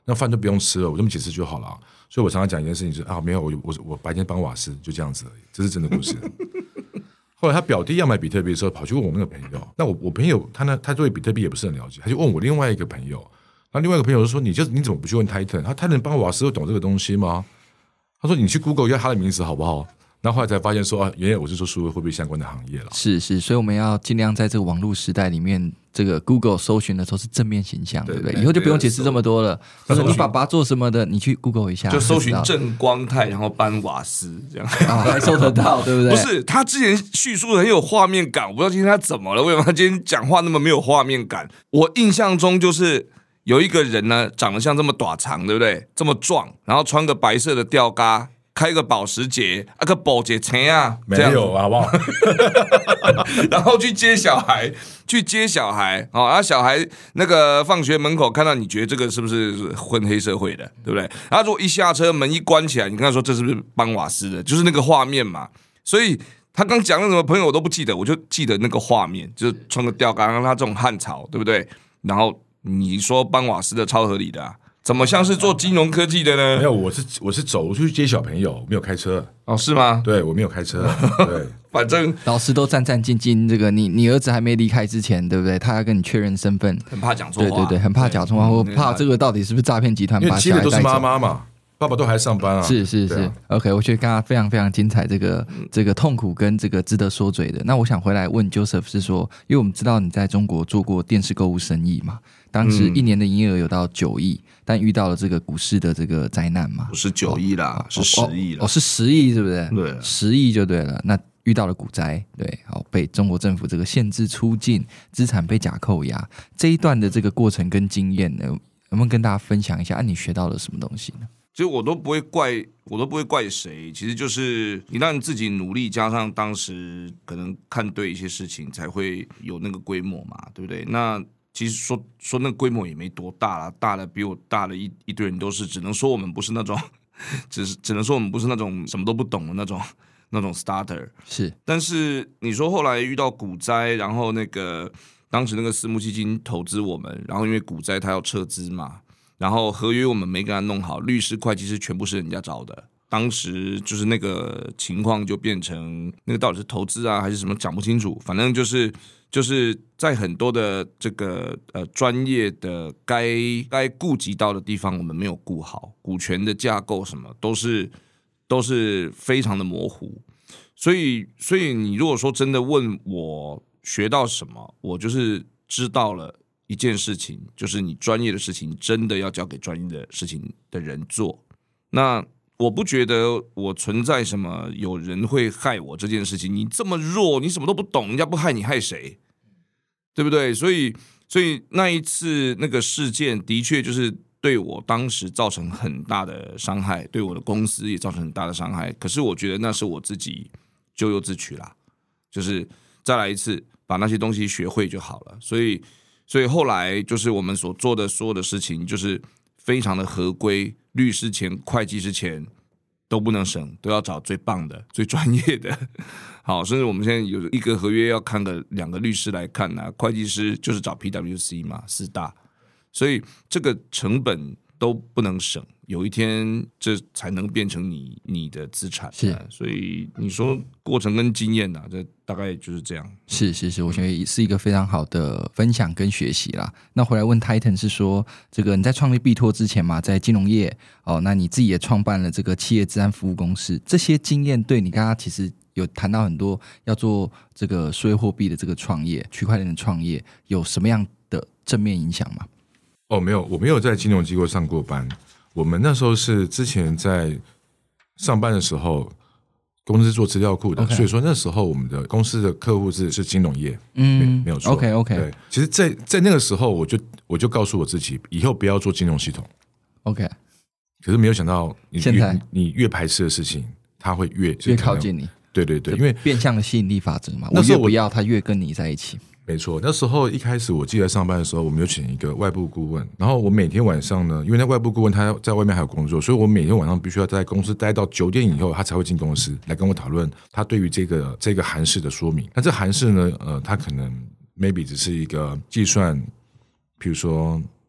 那饭就不用吃了，我这么解释就好了。所以我常常讲一件事情是啊，没有我我我白天帮瓦斯就这样子而已，这是真的故事。后来他表弟要买比特币的时候，跑去问我那个朋友，那我我朋友他呢，他对比特币也不是很了解，他就问我另外一个朋友，那另外一个朋友就说，你就你怎么不去问 Titan？ 他 Titan 帮瓦斯会懂这个东西吗？他说你去 Google 一下他的名字好不好？然后后来才发现说啊，原来我是做数位货币相关的行业了。 是是，所以我们要尽量在这个网络时代里面，这个 Google 搜寻的时候是正面形象，对不对？以后就不用解释这么多了。他说你爸爸做什么的，你去 Google 一下， 就搜寻郑光泰，然后搬瓦斯这样， 啊，还搜得到，对不对？ 不是，他之前叙述的很有画面感，我不知道今天他怎么了，为什么他今天讲话那么没有画面感？我印象中就是有一个人呢，长得像这么短长，对不对？这么壮，然后穿个白色的吊嘎。开个保时捷，啊个保捷车啊， 没有好不好？ 然后去接小孩，去接小孩，哦，然后小孩那个放学门口看到，你觉得这个是不是混黑社会的，对不对？然后如果一下车门一关起来，你跟他说这是不是帮瓦斯的，就是那个画面嘛。所以他刚讲的什么朋友我都不记得，我就记得那个画面，就是穿个吊嘎，让他这种汉草，对不对？然后你说帮瓦斯的超合理的啊。怎么像是做金融科技的呢？ 没有，我是我是走出去接小朋友，没有开车。 哦，是吗？ 对，我没有开车。对， 反正老师都战战兢兢。这个你你儿子还没离开之前，对不对？他要跟你确认身份， 很怕讲错话。 对对对，很怕讲错话，或怕这个到底是不是诈骗集团把小孩带走。 因为接的都是妈妈嘛，爸爸都还上班啊。 是是是、啊、，OK， 我觉得刚刚非常非常精彩，这个这个痛苦跟这个值得说嘴的。那我想回来问 Joseph 是说，因为我们知道你在中国做过电视购物生意嘛。当时一年的营业额有到九亿、嗯，但遇到了这个股市的这个灾难嘛， 不是九亿啦，哦、是十亿了， 哦，是十亿，是不是？ 对， 十亿就对了。那遇到了股灾，对，好被中国政府这个限制出境，资产被假扣押，这一段的这个过程跟经验呢，能不能跟大家分享一下？啊，你学到了什么东西呢？ 其实我都不会怪，我都不会怪谁，其实就是你让你自己努力，加上当时可能看对一些事情，才会有那个规模嘛，对不对？那其实说说那个规模也没多大啦，大的比我大的一一堆人都是，只能说我们不是那种，只是只能说我们不是那种什么都不懂的那种那种 starter。 是， 但是你说后来遇到股灾，然后那个当时那个私募基金投资我们，然后因为股灾他要撤资嘛，然后合约我们没给他弄好，律师会计师全部是人家找的。当时就是那个情况就变成那个到底是投资啊还是什么讲不清楚，反正就是就是在很多的这个呃专业的该该顾及到的地方我们没有顾好，股权的架构什么都是都是非常的模糊，所以所以你如果说真的问我学到什么，我就是知道了一件事情，就是你专业的事情真的要交给专业的事情的人做。那我不觉得我存在什么有人会害我这件事情，你这么弱，你什么都不懂，人家不害你害谁？对不对？所以，所以那一次那个事件的确就是对我当时造成很大的伤害，对我的公司也造成很大的伤害。可是我觉得那是我自己咎由自取啦，就是再来一次把那些东西学会就好了。所以，所以后来就是我们所做的所有的事情，就是非常的合规。律师钱、会计师钱都不能省，都要找最棒的、最专业的。好，甚至我们现在有一个合约要看个两个律师来看啊，会计师就是找 P W C 嘛，四大，所以这个成本都不能省。有一天这才能变成你你的资产， 是， 所以你说过程跟经验啊，这大概就是这样。 是是是，我觉得是一个非常好的分享跟学习啦。那回来问 Titan 是说，这个你在创立币托之前嘛，在金融业哦，那你自己也创办了这个企业资安服务公司，这些经验对你刚刚其实有谈到很多要做这个数位货币的这个创业、区块链的创业，有什么样的正面影响吗？ 哦，没有，我没有在金融机构上过班。我们那时候是之前在上班的时候，公司做资料库的， okay. 所以说那时候我们的公司的客户是是金融业，嗯，没, 没有错。 OK OK， 对，其实在，在在那个时候，我就我就告诉我自己，以后不要做金融系统。 OK， 可是没有想到你， 现在你越排斥的事情，它会越越靠近你。 对对对，因为变相的吸引力法则嘛，我越不要，它越跟你在一起。 没错，那时候一开始我记得上班的时候，我们有请一个外部顾问，然后我每天晚上呢，因为那外部顾问他在外面还有工作，所以我每天晚上必须要在公司待到九点以后，他才会进公司来跟我讨论他对于这个这个函式的说明。那这函式呢，呃，他可能 maybe 只是一个计算，比如说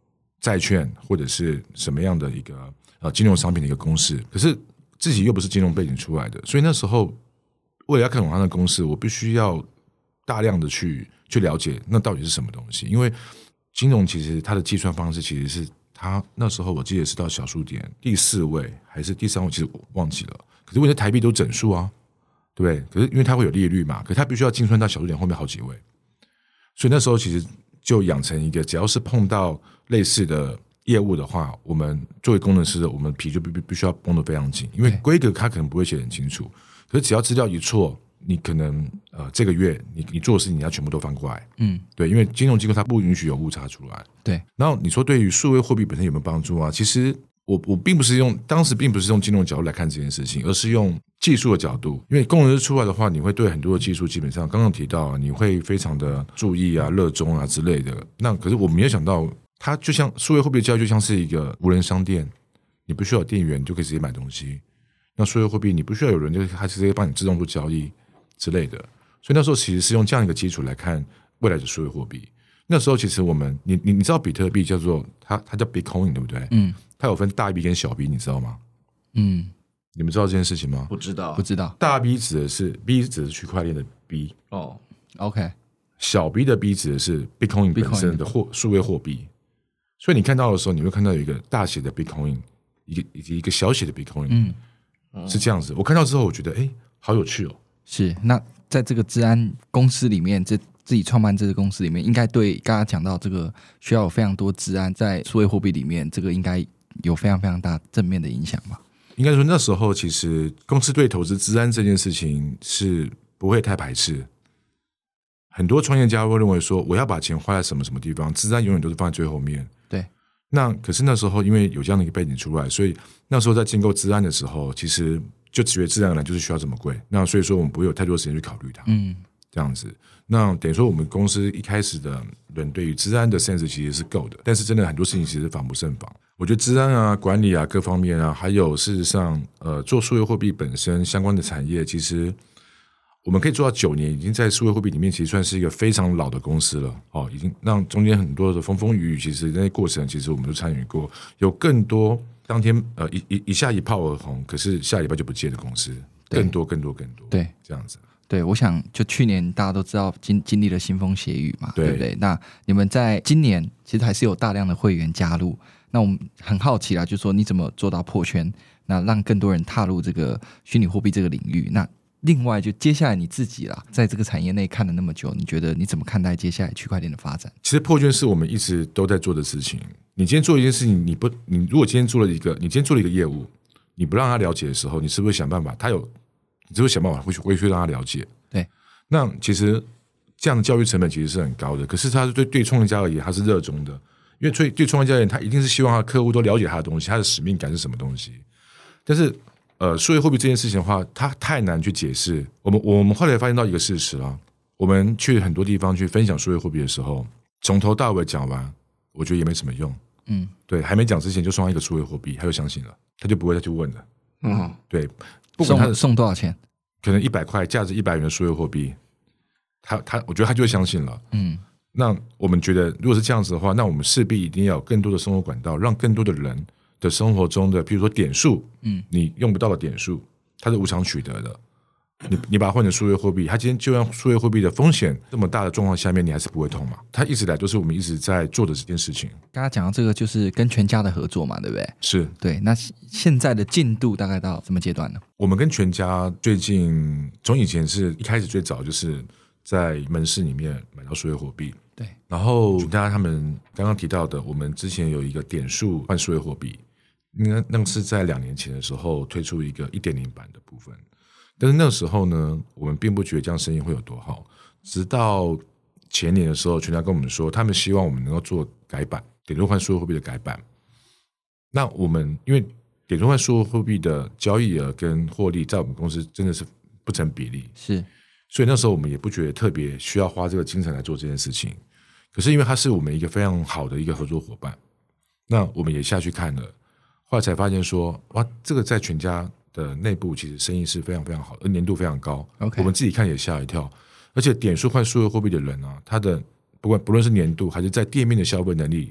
债券或者是什么样的一个呃金融商品的一个公式，可是自己又不是金融背景出来的，所以那时候为了要看懂它的公式，我必须要大量的去去了解那到底是什么东西，因为金融其实它的计算方式其实是它那时候我记得是到小数点第四位还是第三位，其实我忘记了，可是问题台币都整数啊，对不对？可是因为它会有利率嘛，可是它必须要计算到小数点后面好几位，所以那时候其实就养成一个，只要是碰到类似的业务的话，我们作为工程师，我们皮就必必须要绷得非常紧，因为规格它可能不会写得很清楚，可是只要资料一错，你可能呃这个月你你做的事情你要全部都翻过来，嗯，对，因为金融机构它不允许有误差出来， 对。 然后你说对于数位货币本身有没有帮助啊？其实我我并不是用当时并不是用金融角度来看这件事情，而是用技术的角度，因为工程师出来的话，你会对很多的技术基本上刚刚提到，你会非常的注意啊、热衷啊之类的。那可是我没有想到，它就像数位货币的交易，就像是一个无人商店，你不需要有店员，你就可以直接买东西。那数位货币你不需要有人，就它直接帮你自动做交易之类的。所以那时候其实是用这样一个基础来看未来的数位货币。那时候其实我们，你你你知道比特币叫做它它叫 Bitcoin 对不对？嗯，它有分大 B 跟小 B， 你知道吗？嗯。你们知道这件事情吗？ 不知道， 不知道。 大 B 指的是 B 指的是区块链的 B 哦 ，OK。 小 B 的 B 指的是 Bitcoin 本身的货数位货币。所以你看到的时候，你会看到有一个大写的 Bitcoin， 一个以及一个小写的 Bitcoin， 嗯，是这样子。我看到之后，我觉得哎，好有趣哦。 是，那在这个资安公司里面，这自己创办这个公司里面，应该对刚刚讲到这个需要有非常多资安在数位货币里面，这个应该有非常非常大正面的影响吧？ 应该说那时候其实公司对投资资安这件事情是不会太排斥，很多创业家会认为说我要把钱花在什么什么地方，资安永远都是放在最后面。 对， 那可是那时候因为有这样的一个背景出来，所以那时候在建构资安的时候，其实就觉得自然而然就是需要这么贵，那所以说我们不会有太多时间去考虑它，嗯，这样子。那等于说我们公司一开始的人对于资安的 sense 其实是够的，但是真的很多事情其实防不胜防。我觉得资安啊、管理啊各方面啊，还有事实上呃做数位货币本身相关的产业，其实我们可以做到九年，已经在数位货币里面其实算是一个非常老的公司了哦，已经让中间很多的风风雨雨，其实那些过程其实我们都参与过，有更多当天呃一一一下一炮而红，可是下礼拜就不见的公司，更多更多更多， 对， 这样子。 对，我想就去年大家都知道经经历了腥风血雨嘛， 对, 对不对？那你们在今年其实还是有大量的会员加入，那我们很好奇啦，就是说你怎么做到破圈，那让更多人踏入这个虚拟货币这个领域？那另外就接下来你自己啦，在这个产业内看了那么久，你觉得你怎么看待接下来区块链的发展？ 其实破圈是我们一直都在做的事情。你今天做一件事情，你不，你如果今天做了一个，你今天做了一个业务，你不让他了解的时候，你是不是想办法？他有。你只会想办法会去会去让他了解， 对。 那其实这样的教育成本其实是很高的，可是他是对对创业家而言，他是热衷的，因为对对创业家而言，他一定是希望他的客户都了解他的东西，他的使命感是什么东西。但是，呃，数位货币这件事情的话，它太难去解释。我们我们后来发现到一个事实啦，我们去很多地方去分享数位货币的时候，从头到尾讲完，我觉得也没什么用。嗯，对，还没讲之前就送他一个数位货币，他就相信了，他就不会再去问了。嗯，对。不管他送送多少钱， 可能一百块，价值一百元的数位货币，他他，我觉得他就会相信了。嗯，那我们觉得，如果是这样子的话，那我们势必一定要有更多的生活管道，让更多的人的生活中的，比如说点数，嗯，你用不到的点数，它是无偿取得的。你你把它换成数位货币，它今天就让数位货币的风险这么大的状况下面，你还是不会痛嘛？它一直以来都是我们一直在做的这件事情。 刚刚讲到这个，就是跟全家的合作嘛，对不对？ 是， 对。那现在的进度大概到什么阶段呢？ 我们跟全家最近从以前是一开始最早就是在门市里面买到数位货币， 对。 然后全家他们刚刚提到的，我们之前有一个点数换数位货币，那那是在两年前的时候推出一个 一点零 版的部分。但是那个时候呢，我们并不觉得这样生意会有多好。直到前年的时候，全家跟我们说，他们希望我们能够做改版，点数换数位货币的改版。那我们因为点数换数位货币的交易额跟获利，在我们公司真的是不成比例， 是， 所以那时候我们也不觉得特别需要花这个精神来做这件事情。可是因为他是我们一个非常好的一个合作伙伴，那我们也下去看了，后来才发现说，哇，这个在全家的内部其实生意是非常非常好的，而年度非常高。 Okay. 我们自己看也吓一跳。而且点数换数位货币的人啊，他的不管不论是年度还是在店面的消费能力，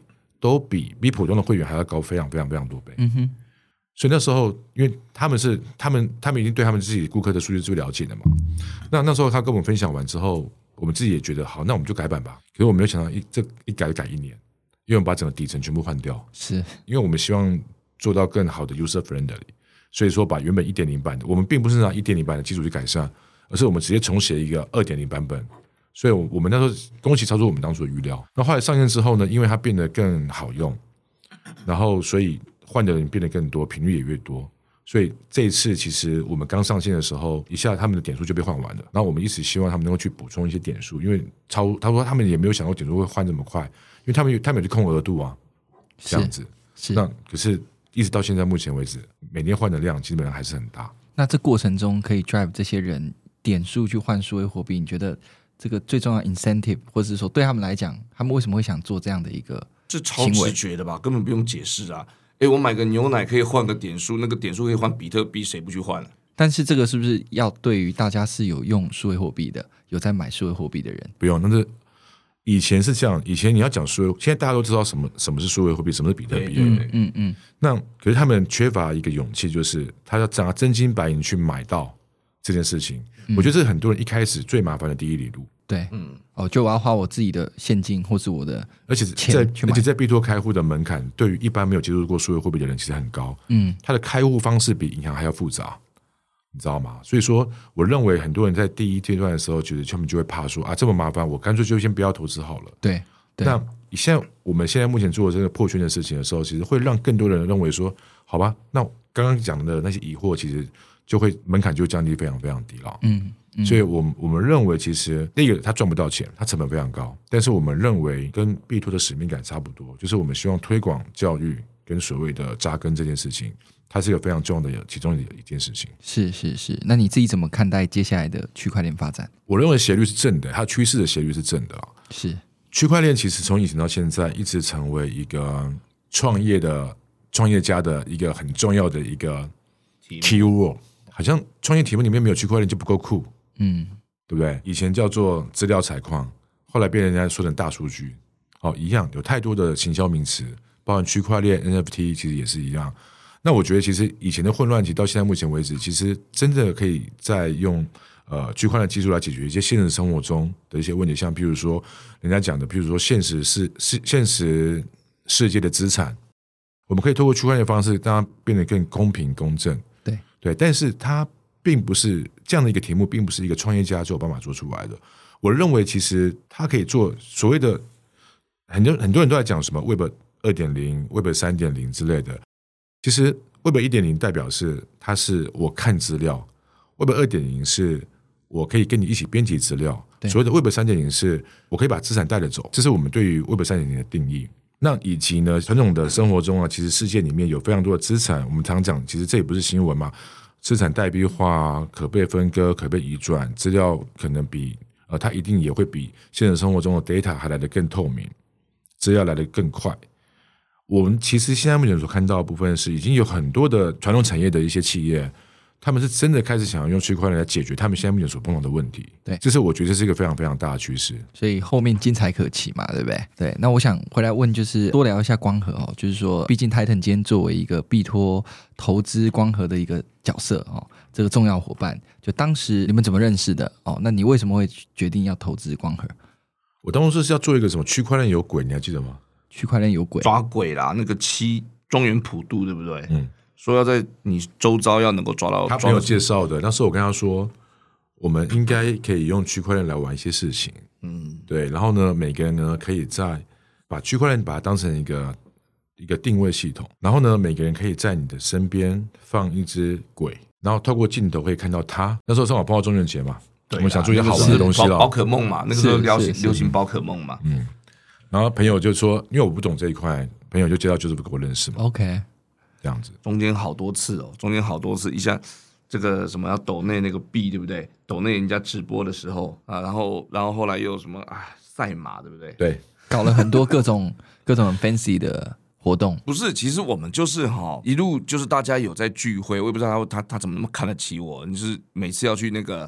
都比比普通的会员还要高非常非常非常多倍。 嗯哼， 所以那时候，因为他们是他们他们已经对他们自己顾客的数据最了解的嘛。那那时候他跟我们分享完之后，我们自己也觉得好，那我们就改版吧。可是我没有想到一这一改就改一年，因为我们把整个底层全部换掉， 是因为我们希望做到更好的 user friendly， 所以说把原本 一点零 版的，我们并不是拿 一点零 版的基础去改善，而是我们直接重写一个 二点零 版本。所以我们那时候恭喜超出我们当初的预料。那后来上线之后呢，因为它变得更好用，然后所以换的人变得更多，频率也越多。所以这一次其实我们刚上线的时候，一下他们的点数就被换完了。然后我们一直希望他们能够去补充一些点数，因为超他说他们也没有想到点数会换这么快，因为他们有他们有去控额度啊，这样子。 是， 那可是一直到现在目前为止，每年换的量基本上还是很大。 那这过程中可以 drive 这些人点数去换数位货币，你觉得这个最重要的 incentive， 或者是说对他们来讲，他们为什么会想做这样的一个这超直觉的吧，根本不用解释啊！哎，我买个牛奶可以换个点数，那个点数可以换比特币，谁不去换？ 但是这个是不是要对于大家是有用数位货币的，有在买数位货币的人？ 不用，那是以前是这样，以前你要讲数位，现在大家都知道什么什么是数位货币，什么是比特币。 嗯嗯嗯。 那可是他们缺乏一个勇气，就是他要拿真金白银去买到这件事情。嗯、我觉得这是很多人一开始最麻烦的第一里路。 对，嗯，哦，就我要花我自己的现金或是我的钱， 而且在而且在币托开户的门槛，对于一般没有接触过数位货币的人，其实很高。嗯，它的开户方式比银行还要复杂，你知道吗？所以说，我认为很多人在第一阶段的时候，觉得他们就会怕说啊，这么麻烦，我干脆就先不要投资好了。 对，对那现在我们现在目前做的这个破圈的事情的时候，其实会让更多人认为说，好吧，那刚刚讲的那些疑惑，其实就会门槛就降低非常非常低了。嗯。嗯、所以我们我们认为，其实第一个他赚不到钱，他成本非常高，但是我们认为跟币托的使命感差不多，就是我们希望推广教育跟所谓的扎根这件事情，它是一个非常重要的其中的一件事情。 是是是，那你自己怎么看待接下来的区块链发展？ 我认为斜率是正的，它趋势的斜率是正的啊。 是区块链其实从以前到现在一直成为一个创业的创业家的一个很重要的一个 keyword， 好像创业题目里面没有区块链就不够酷。嗯，对不对？以前叫做资料采矿，后来被人家说成大数据，哦，一样有太多的行销名词，包含区块链、N F T， 其实也是一样。那我觉得，其实以前的混乱期到现在目前为止，其实真的可以再用呃区块链技术来解决一些现实生活中的一些问题，像譬如说人家讲的，譬如说现实世世现实世界的资产，我们可以透过区块链的方式让它变得更公平公正。 对对，但是它并不是这样的一个题目，并不是一个创业家就有办法做出来的。我认为，其实他可以做所谓的很多很多人都在讲什么 Web 二点零、Web 三点零之类的。其实 Web 一点零代表是它是我看资料 ，Web 二点零是我可以跟你一起编辑资料，所谓的 Web 三点零是我可以把资产带着走。这是我们对于 Web 三点零的定义。那以及呢，传统的生活中啊，其实世界里面有非常多的资产，我们常讲，其实这也不是新闻嘛。资产代币化、可被分割、可被移转，资料可能比呃，它一定也会比现实生活中的 data 还来得更透明，资料来得更快。我们其实现在目前所看到的部分是，已经有很多的传统产业的一些企业，他们是真的开始想要用区块链来解决他们现在目前所碰到的问题。对，这是我觉得这是一个非常非常大的趋势。 所以后面精彩可期嘛，对不对？对，那我想回来问，就是多聊一下光合哦，就是说，毕竟 Titan 今天作为一个币托投资光合的一个角色哦，这个重要伙伴，就当时你们怎么认识的哦？那你为什么会决定要投资光合？ 我当初是要做一个什么区块链有鬼，你还记得吗？ 区块链有鬼， 抓鬼啦，那个七中原普渡，对不对？嗯。说要在你周遭要能够抓到， 他朋友介绍的。那时候我跟他说，我们应该可以用区块链来玩一些事情，嗯，对。然后呢，每个人呢可以在把区块链把它当成一个一个定位系统，然后呢，每个人可以在你的身边放一只鬼，然后透过镜头可以看到他。那时候正好碰到中元节嘛，我们想做一些好玩的东西了， 宝可梦嘛，那个时候流行流行宝可梦嘛， 嗯。然后朋友就说，因为我不懂这一块，朋友就介绍就是不跟我认识嘛 ，OK。 这样子， 中间好多次哦，中间好多次，一下这个什么要抖内那个币，对不对？抖内人家直播的时候啊，然后然后后来又有什么啊赛马，对不对？ 对， 搞了很多各种各种很 fancy 的活动。 不是，其实我们就是哈、哦、一路就是大家有在聚会，我也不知道他他他怎么那么看得起我，你就是每次要去那个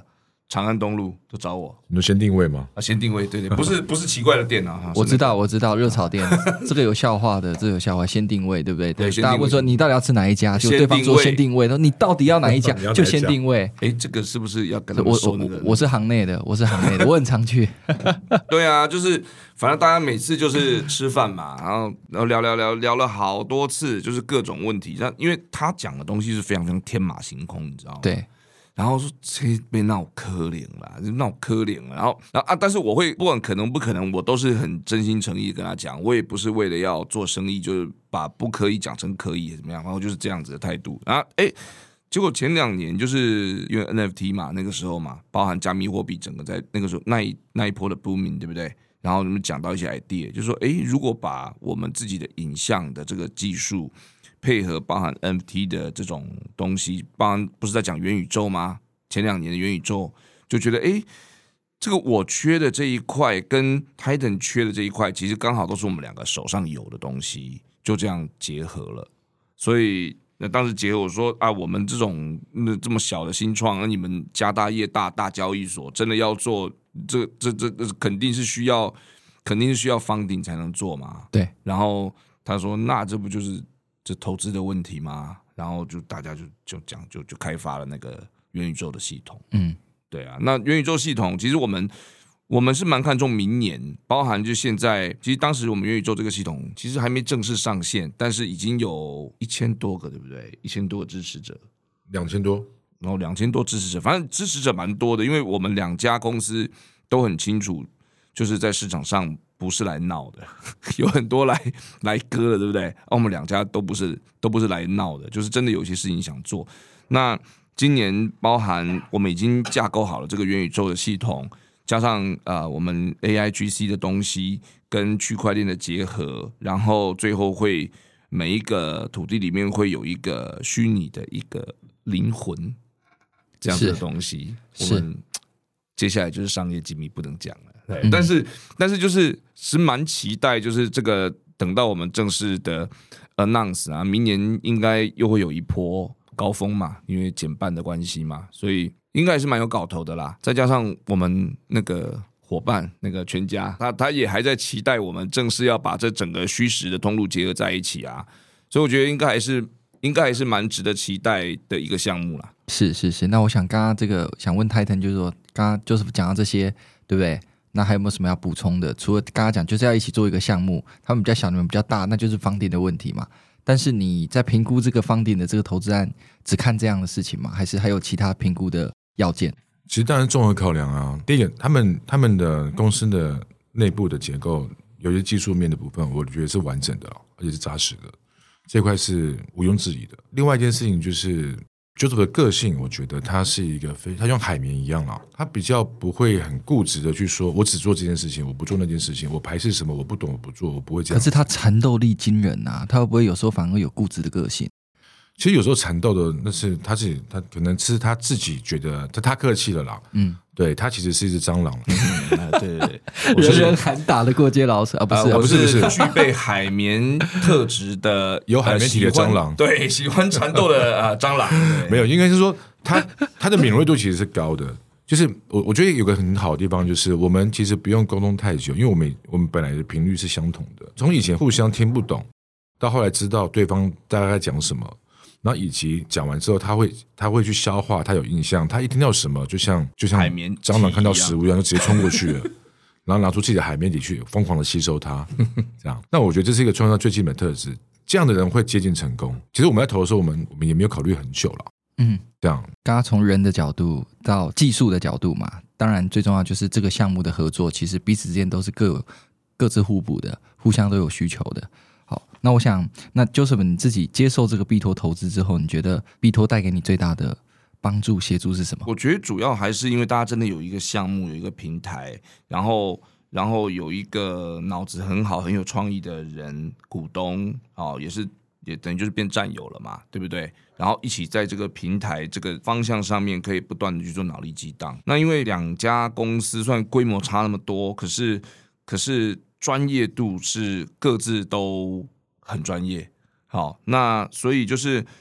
长安东路都找我。 你说先定位吗？ 啊，先定位，对对，不是不是奇怪的店啊。 我知道，我知道，热炒店这个有笑话的，这个有笑话，先定位，对不对？ 对， 大家问说你到底要吃哪一家，就对方说先定位，你到底要哪一家，就先定位。 哎，这个是不是要跟他们说那个？ 我我是行内的，我是行内的，我很常去。 对啊，就是反正大家每次就是吃饭嘛，然后然后聊聊聊聊了好多次，就是各种问题。那因为他讲的东西是非常非常天马行空，你知道吗？ 对。 然后说这被闹可怜了，就闹可怜了。然后，然后啊，但是我会不管可能不可能，我都是很真心诚意跟他讲，我也不是为了要做生意，就是把不可以讲成可以怎么样，然后就是这样子的态度。然后，哎，结果前两年就是因为 N F T 嘛，那个时候嘛，包含加密货币整个在那个时候那一那一波的 booming， 对不对？然后我们讲到一些 idea， 就是说，哎，如果把我们自己的影像的这个技术配合包含 N F T 的这种东西，包含不是在讲元宇宙吗？前两年的元宇宙就觉得，哎，这个我缺的这一块跟 Titan 缺的这一块，其实刚好都是我们两个手上有的东西，就这样结合了。所以那当时结合我说啊，我们这种那这么小的新创，那你们家大业大大交易所真的要做，这这这这肯定是需要，肯定是需要 funding 才能做嘛。 对。 然后他说，那这不就是这投资的问题吗？然后就大家就就讲就就开发了那个元宇宙的系统。嗯，对啊，那元宇宙系统其实我们我们是蛮看重明年，包含就现在，其实当时我们元宇宙这个系统其实还没正式上线，但是已经有一千多个，对不对？一千多个支持者， 两千多， 然后两千多支持者，反正支持者蛮多的，因为我们两家公司都很清楚，就是在市场上不是来闹的，有很多来来割的，对不对？啊，我们两家都不是都不是来闹的，就是真的有些事情想做。那今年包含我们已经架构好了这个元宇宙的系统，加上呃我们 A I G C 的东西跟区块链的结合，然后最后会每一个土地里面会有一个虚拟的一个灵魂这样子的东西。我们接下来就是商业机密不能讲了。对，但是但是就是是蛮期待，就是这个等到我们正式的 announce 啊，明年应该又会有一波高峰嘛，因为减半的关系嘛，所以应该也是蛮有搞头的啦。再加上我们那个伙伴那个全家，他他也还在期待我们正式要把这整个虚实的通路结合在一起啊，所以我觉得应该还是应该还是蛮值得期待的一个项目啦。 是是是，那我想刚刚这个想问 Titan， 就是说刚刚就是讲到这些，对不对？那还有没有什么要补充的？除了刚刚讲就是要一起做一个项目，他们比较小，你们比较大，那就是funding的问题嘛。但是你在评估这个funding的这个投资案，只看这样的事情吗？还是还有其他评估的要件？ 其实当然综合考量啊。第一个，他们他们的公司的内部的结构，有些技术面的部分，我觉得是完整的，而且是扎实的，这块是毋庸置疑的。另外一件事情就是Joseph 的个性，我觉得他是一个非他像海绵一样啦，他比较不会很固执的去说，我只做这件事情，我不做那件事情，我排斥什么，我不懂，我不做，我不会这样。 可是他缠斗力惊人啊，他会不会有时候反而有固执的个性？ 其实有时候缠斗的那是他自己，他可能是他自己觉得他他客气了啦。嗯，对他其实是一只蟑螂。 嗯、对对对，人人喊打的过街老鼠啊，不是、啊， 我是具备海绵特质的， 有海绵体的蟑螂。 对，喜欢缠斗的啊、呃、蟑螂。 没有，应该是说他他的敏锐度其实是高的。就是我我觉得有个很好的地方，就是我们其实不用沟通太久，因为我们我们本来的频率是相同的。从以前互相听不懂，到后来知道对方大概在讲什么。然后以及讲完之后，他会他会去消化，他有印象，他一听到什么，就像就像蟑螂看到食物一样，就直接冲过去了，然后拿出自己的海绵体去疯狂的吸收它，这样。那我觉得这是一个创造最基本的特质，这样的人会接近成功。其实我们在投的时候，我们我们也没有考虑很久了，嗯，这样。 刚刚从人的角度到技术的角度嘛，当然最重要就是这个项目的合作，其实彼此之间都是各各自互补的，互相都有需求的。好，那我想，那 Joseph 你自己接受这个币托投资之后，你觉得币托带给你最大的帮助、协助是什么？ 我觉得主要还是因为大家真的有一个项目、有一个平台，然后然后有一个脑子很好、很有创意的人股东，哦，也是也等于就是变战友了嘛，对不对？然后一起在这个平台这个方向上面，可以不断的去做脑力激荡。那因为两家公司虽然规模差那么多，可是可是。专业度是各自都很专业，好，那所以就是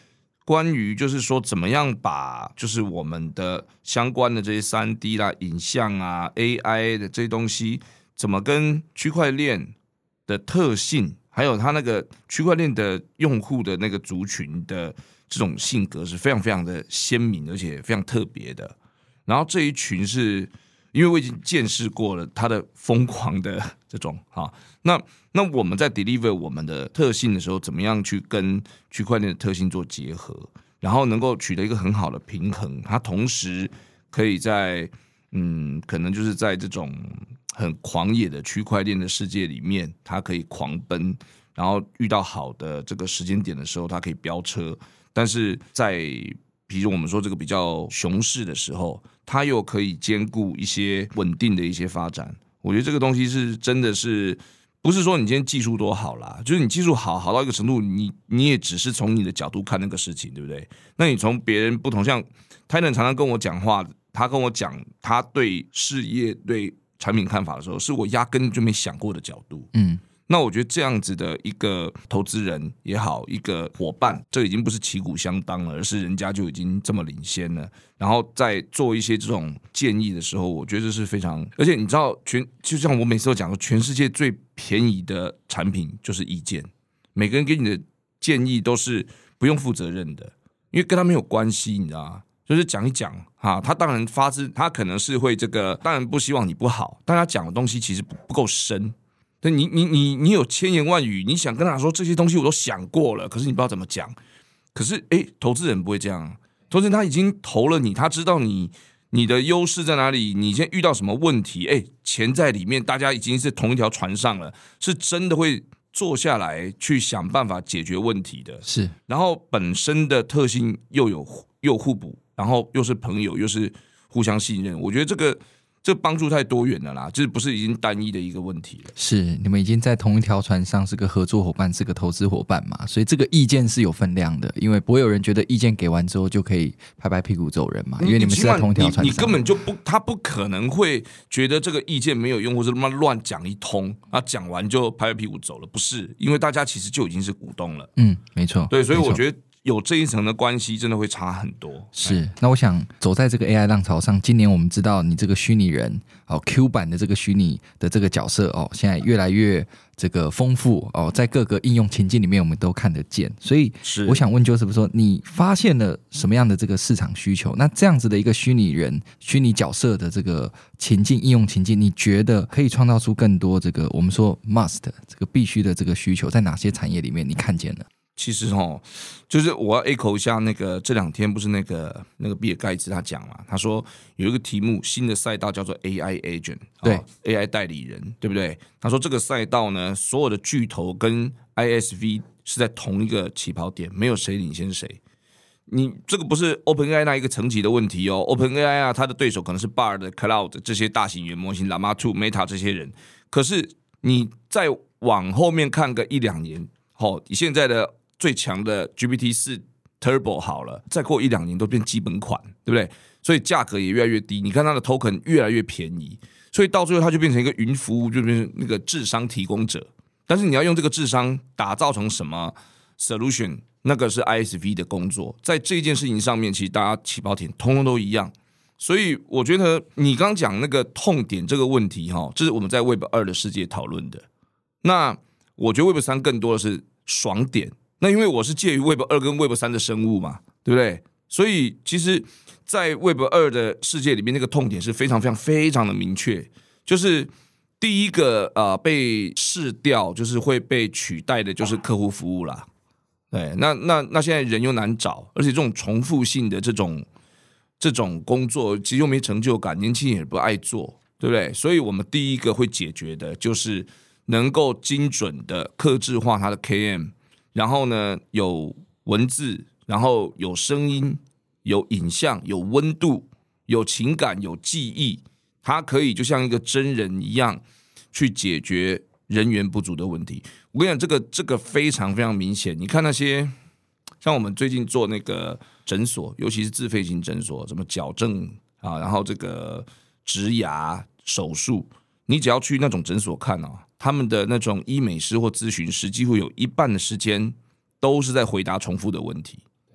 关于就是说怎么样把就是我们的相关的这些 三 D 啦、影像啊、A I 的这些东西，怎么跟区块链的特性，还有它那个区块链的用户的那个族群的这种性格是非常非常的鲜明，而且非常特别的。然后这一群是因为我已经见识过了他的疯狂的这种哈，那那我们在 deliver 我们的特性的时候，怎么样去跟区块链的特性做结合，然后能够取得一个很好的平衡，它同时可以在嗯，可能就是在这种很狂野的区块链的世界里面，它可以狂奔，然后遇到好的这个时间点的时候，它可以飙车，但是在比如我们说这个比较熊市的时候，它又可以兼顾一些稳定的一些发展。我觉得这个东西是真的是不是说你今天技术多好啦，就是你技术好好到一个程度，你你也只是从你的角度看那个事情，对不对？那你从别人不同，像 Titan 常常跟我讲话，他跟我讲他对事业对产品看法的时候，是我压根就没想过的角度。嗯。那我觉得这样子的一个投资人也好，一个伙伴，这已经不是旗鼓相当了，而是人家就已经这么领先了。然后在做一些这种建议的时候，我觉得这是非常，而且你知道，全就像我每次都讲说，全世界最便宜的产品就是意见，每个人给你的建议都是不用负责任的，因为跟他没有关系，你知道吗？就是讲一讲哈，他当然发自，他可能是会这个，当然不希望你不好，但他讲的东西其实不不够深。你你你你有千言万语，你想跟他说这些东西我都想过了，可是你不知道怎么讲。可是哎，投资人不会这样，投资人他已经投了你，他知道你你的优势在哪里，你现在遇到什么问题，哎，钱在里面，大家已经是同一条船上了，是真的会坐下来去想办法解决问题的。 是， 然后本身的特性又有又互补，然后又是朋友，又是互相信任，我觉得这个。这帮助太多元了啦，就是不是已经单一的一个问题了。 是，你们已经在同一条船上，是个合作伙伴，是个投资伙伴嘛，所以这个意见是有分量的，因为不会有人觉得意见给完之后就可以拍拍屁股走人嘛，因为你们是在同一条船上。 你, 你根本就不，他不可能会觉得这个意见没有用，或者他妈乱讲一通，啊，讲完就拍拍屁股走了，不是，因为大家其实就已经是股东了。 嗯，没错。 对，所以我觉得。有这一层的关系，真的会差很多。 是，那我想走在这个 A I 浪潮上，今年我们知道你这个虚拟人哦 ，Q 版的这个虚拟的这个角色哦，现在越来越这个丰富哦，在各个应用情境里面我们都看得见。所以我想问 Joseph 说，你发现了什么样的这个市场需求？那这样子的一个虚拟人、虚拟角色的这个情境、应用情境，你觉得可以创造出更多这个我们说 must 这个必须的这个需求，在哪些产业里面你看见了？ 其实哦，就是我要 echo 一下那个这两天不是那个那个比尔盖茨他讲嘛，他说有一个题目新的赛道叫做 A I agent， 对、 哦、A I 代理人，对不对？他说这个赛道呢，所有的巨头跟 I S V 是在同一个起跑点，没有谁领先谁。你这个不是 OpenAI 那一个层级的问题哦 ，OpenAI 啊，它的对手可能是 Bard、Cloud 这些大型语言模型 ，Llama 二、Meta 这些人。可是你再往后面看个一两年，哦，以现在的最强的 G P T 四 Turbo 好了，再过一两年都变基本款，对不对？所以价格也越来越低，你看它的 token 越来越便宜，所以到最后它就变成一个云服务，就变成那个智商提供者。但是你要用这个智商打造成什么 solution， 那个是 I S V 的工作。在这件事情上面，其实大家起跑点通通都一样。所以我觉得你刚讲那个痛点这个问题，这是我们在 Web 二 的世界讨论的。那我觉得 Web 三 更多的是爽点。那因为我是介于 Web 二 跟 Web 三 的生物嘛，对不对？所以其实在 Web 二 的世界里面，那个痛点是非常非常非常的明确，就是第一个呃被释掉，就是会被取代的就是客户服务啦。对，那那那现在人又难找，而且这种重复性的这种这种工作其实又没成就感，年轻人也不爱做，对不对？所以我们第一个会解决的就是能够精准的客制化它的 K M。然后呢，有文字，然后有声音，有影像，有温度，有情感，有记忆，它可以就像一个真人一样去解决人员不足的问题。我跟你讲，这个这个非常非常明显。你看那些像我们最近做那个诊所，尤其是自费型诊所，什么矫正啊，然后这个植牙手术，你只要去那种诊所看啊。他们的那种医美师或咨询师，几乎有一半的时间都是在回答重复的问题。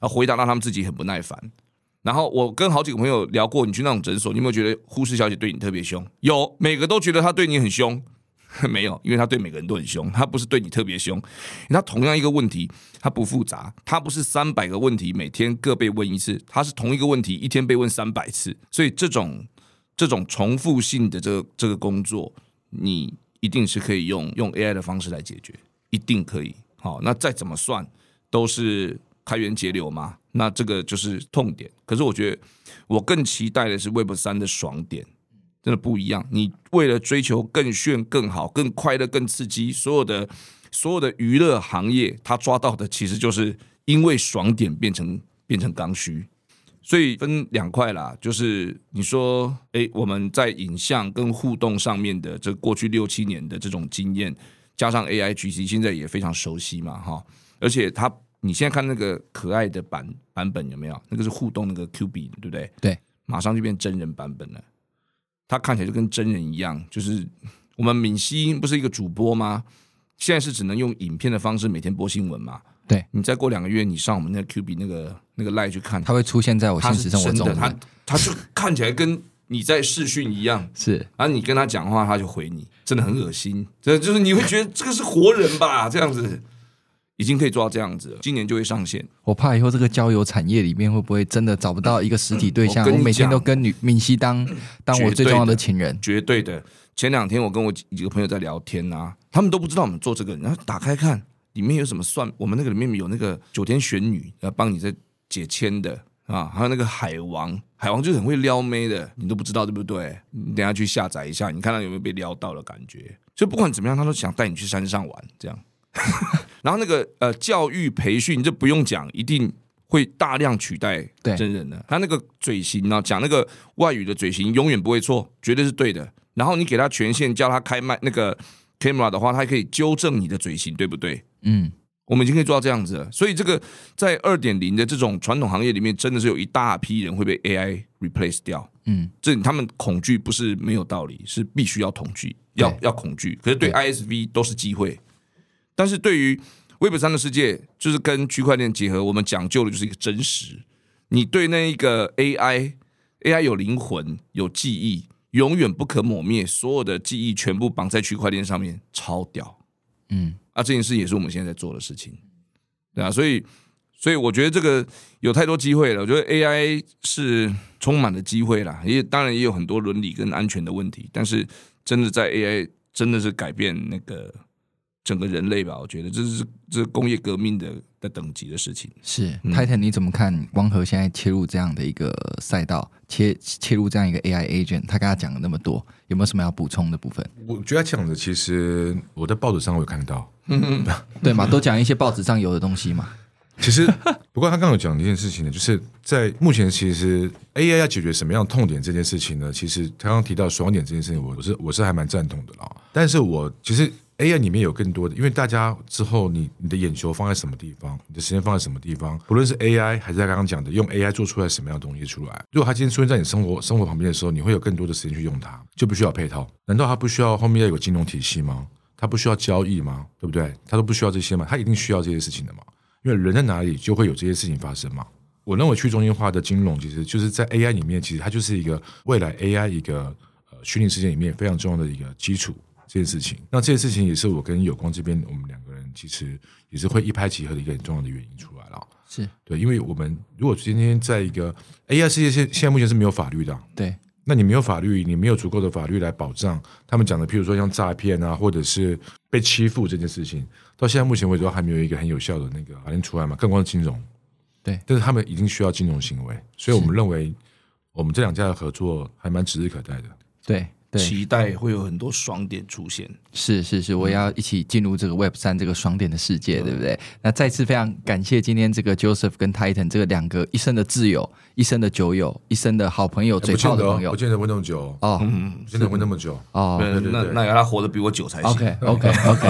啊，回答让他们自己很不耐烦。然后我跟好几个朋友聊过，你去那种诊所，你有没有觉得护士小姐对你特别凶？有，每个都觉得她对你很凶。没有，因为他对每个人都很凶，他不是对你特别凶。他同样一个问题，他不复杂，他不是三百个问题每天各被问一次，他是同一个问题一天被问三百次。所以这种这种重复性的这个这个工作，你一定是可以用用 A I 的方式来解决，一定可以。好，那再怎么算都是开源节流嘛，那这个就是痛点。可是我觉得我更期待的是 Web 三 的爽点。真的不一样，你为了追求更炫、更好、更快乐、更刺激，所有的所有的娱乐行业，它抓到的其实就是因为爽点变成变成刚需，所以分两块啦。就是你说，哎，我们在影像跟互动上面的这过去六七年的这种经验，加上 A I G C， 现在也非常熟悉嘛，哈。而且它，你现在看那个可爱的版版本有没有？那个是互动那个 Q B， 对不对？ 对， 马上就变真人版本了。他看起来就跟真人一样，就是我们敏熙不是一个主播吗？现在是只能用影片的方式每天播新闻嘛？ 对， 你再过两个月，你上我们那个 Q B 那个那个 Line 去看， 它会出现在我现实生活中， 他他就看起来跟你在视讯一样， 是， 然后你跟他讲话，他就回你，真的很恶心，这就是你会觉得这个是活人吧？这样子。已经可以做到这样子了，今年就会上线。 我怕以后这个交友产业里面会不会真的找不到一个实体对象？嗯、我, 我每天都跟女敏熙当当我最重要的情人， 绝对的。前两天我跟我几个朋友在聊天啊，他们都不知道我们做这个，然后打开看里面有什么算，我们那个里面有那个九天玄女要帮你在解签的啊，还有那个海王，海王就是很会撩妹的，你都不知道对不对？你等一下去下载一下，你看到有没有被撩到的感觉？所以不管怎么样，他都想带你去山上玩这样。然后那个呃教育培训，这不用讲，一定会大量取代真人的。他那个嘴型啊，讲那个外语的嘴型永远不会错，绝对是对的。然后你给他权限，叫他开麦那个 camera 的话，他可以纠正你的嘴型，对不对？嗯，我们已经可以做到这样子了。所以这个在 二点零 的这种传统行业里面，真的是有一大批人会被 A I replace 掉。嗯，这他们恐惧不是没有道理，是必须要恐惧，要要恐惧。可是对 I S V 都是机会。但是对于 Web 三 的世界，就是跟区块链结合，我们讲究的就是一个真实。你对那一个 A I，A I 有灵魂、有记忆，永远不可磨灭，所有的记忆全部绑在区块链上面，超屌。嗯，啊，这件事也是我们现在在做的事情，对啊，所以，所以我觉得这个有太多机会了。我觉得 A I 是充满了机会啦，也当然也有很多伦理跟安全的问题，但是真的在 A I 真的是改变那个。整个人类吧，我觉得这是这是工业革命的的等级的事情。 是、嗯、Titan， 你怎么看光和现在切入这样的一个赛道，切切入这样一个 A I agent？ 他跟他讲了那么多，有没有什么要补充的部分？ 我觉得他讲的，其实我在报纸上我有看到， 嗯、对嘛，都讲一些报纸上有的东西嘛。 其实，不过他刚刚有讲一件事情呢，就是在目前其实 A I 要解决什么样的痛点这件事情呢？其实他刚刚提到爽点这件事情，我是我是还蛮赞同的啦。但是我其实。A I 里面有更多的，因为大家之后你你的眼球放在什么地方，你的时间放在什么地方，不论是 A I 还是他刚刚讲的用 A I 做出来什么样的东西出来，如果他今天出现在你生活生活旁边的时候，你会有更多的时间去用它，就不需要配套。难道他不需要后面要有金融体系吗？他不需要交易吗？对不对？他都不需要这些吗？他一定需要这些事情的嘛？因为人在哪里就会有这些事情发生嘛。我认为去中心化的金融其实就是在 A I 里面，其实它就是一个未来 A I 一个呃虚拟世界里面非常重要的一个基础。这件事情，那这件事情也是我跟有光这边我们两个人其实也是会一拍即合的一个很重要的原因出来了。 是对，因为我们如果今天在一个 A I 世界现现在目前是没有法律的， 对， 那你没有法律，你没有足够的法律来保障他们讲的，譬如说像诈骗啊，或者是被欺负这件事情，到现在目前为止都还没有一个很有效的那个法令出来嘛，更何况是金融， 对， 但是他们一定需要金融行为，所以我们认为我们这两家的合作还蛮指日可待的。 对。 期待会有很多爽点出现， 是是是，我也要一起进入这个 Web 三 这个爽点的世界，嗯、对不对？那再次非常感谢今天这个 Joseph 跟 Titan 这个两个一生的挚友、一生的酒友、一生的好朋友、嘴炮的朋友， 不见得会那么久哦， 嗯，不见得会那么久哦， 对对对，那那要他活得比我久才行。 OK OK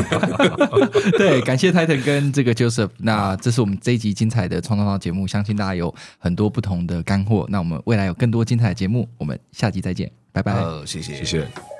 OK， 对，感谢 Titan 跟这个 Joseph， 那这是我们这一集精彩的创创造节目，相信大家有很多不同的干货。那我们未来有更多精彩的节目，我们下集再见，拜拜。 呃，谢谢， 谢谢。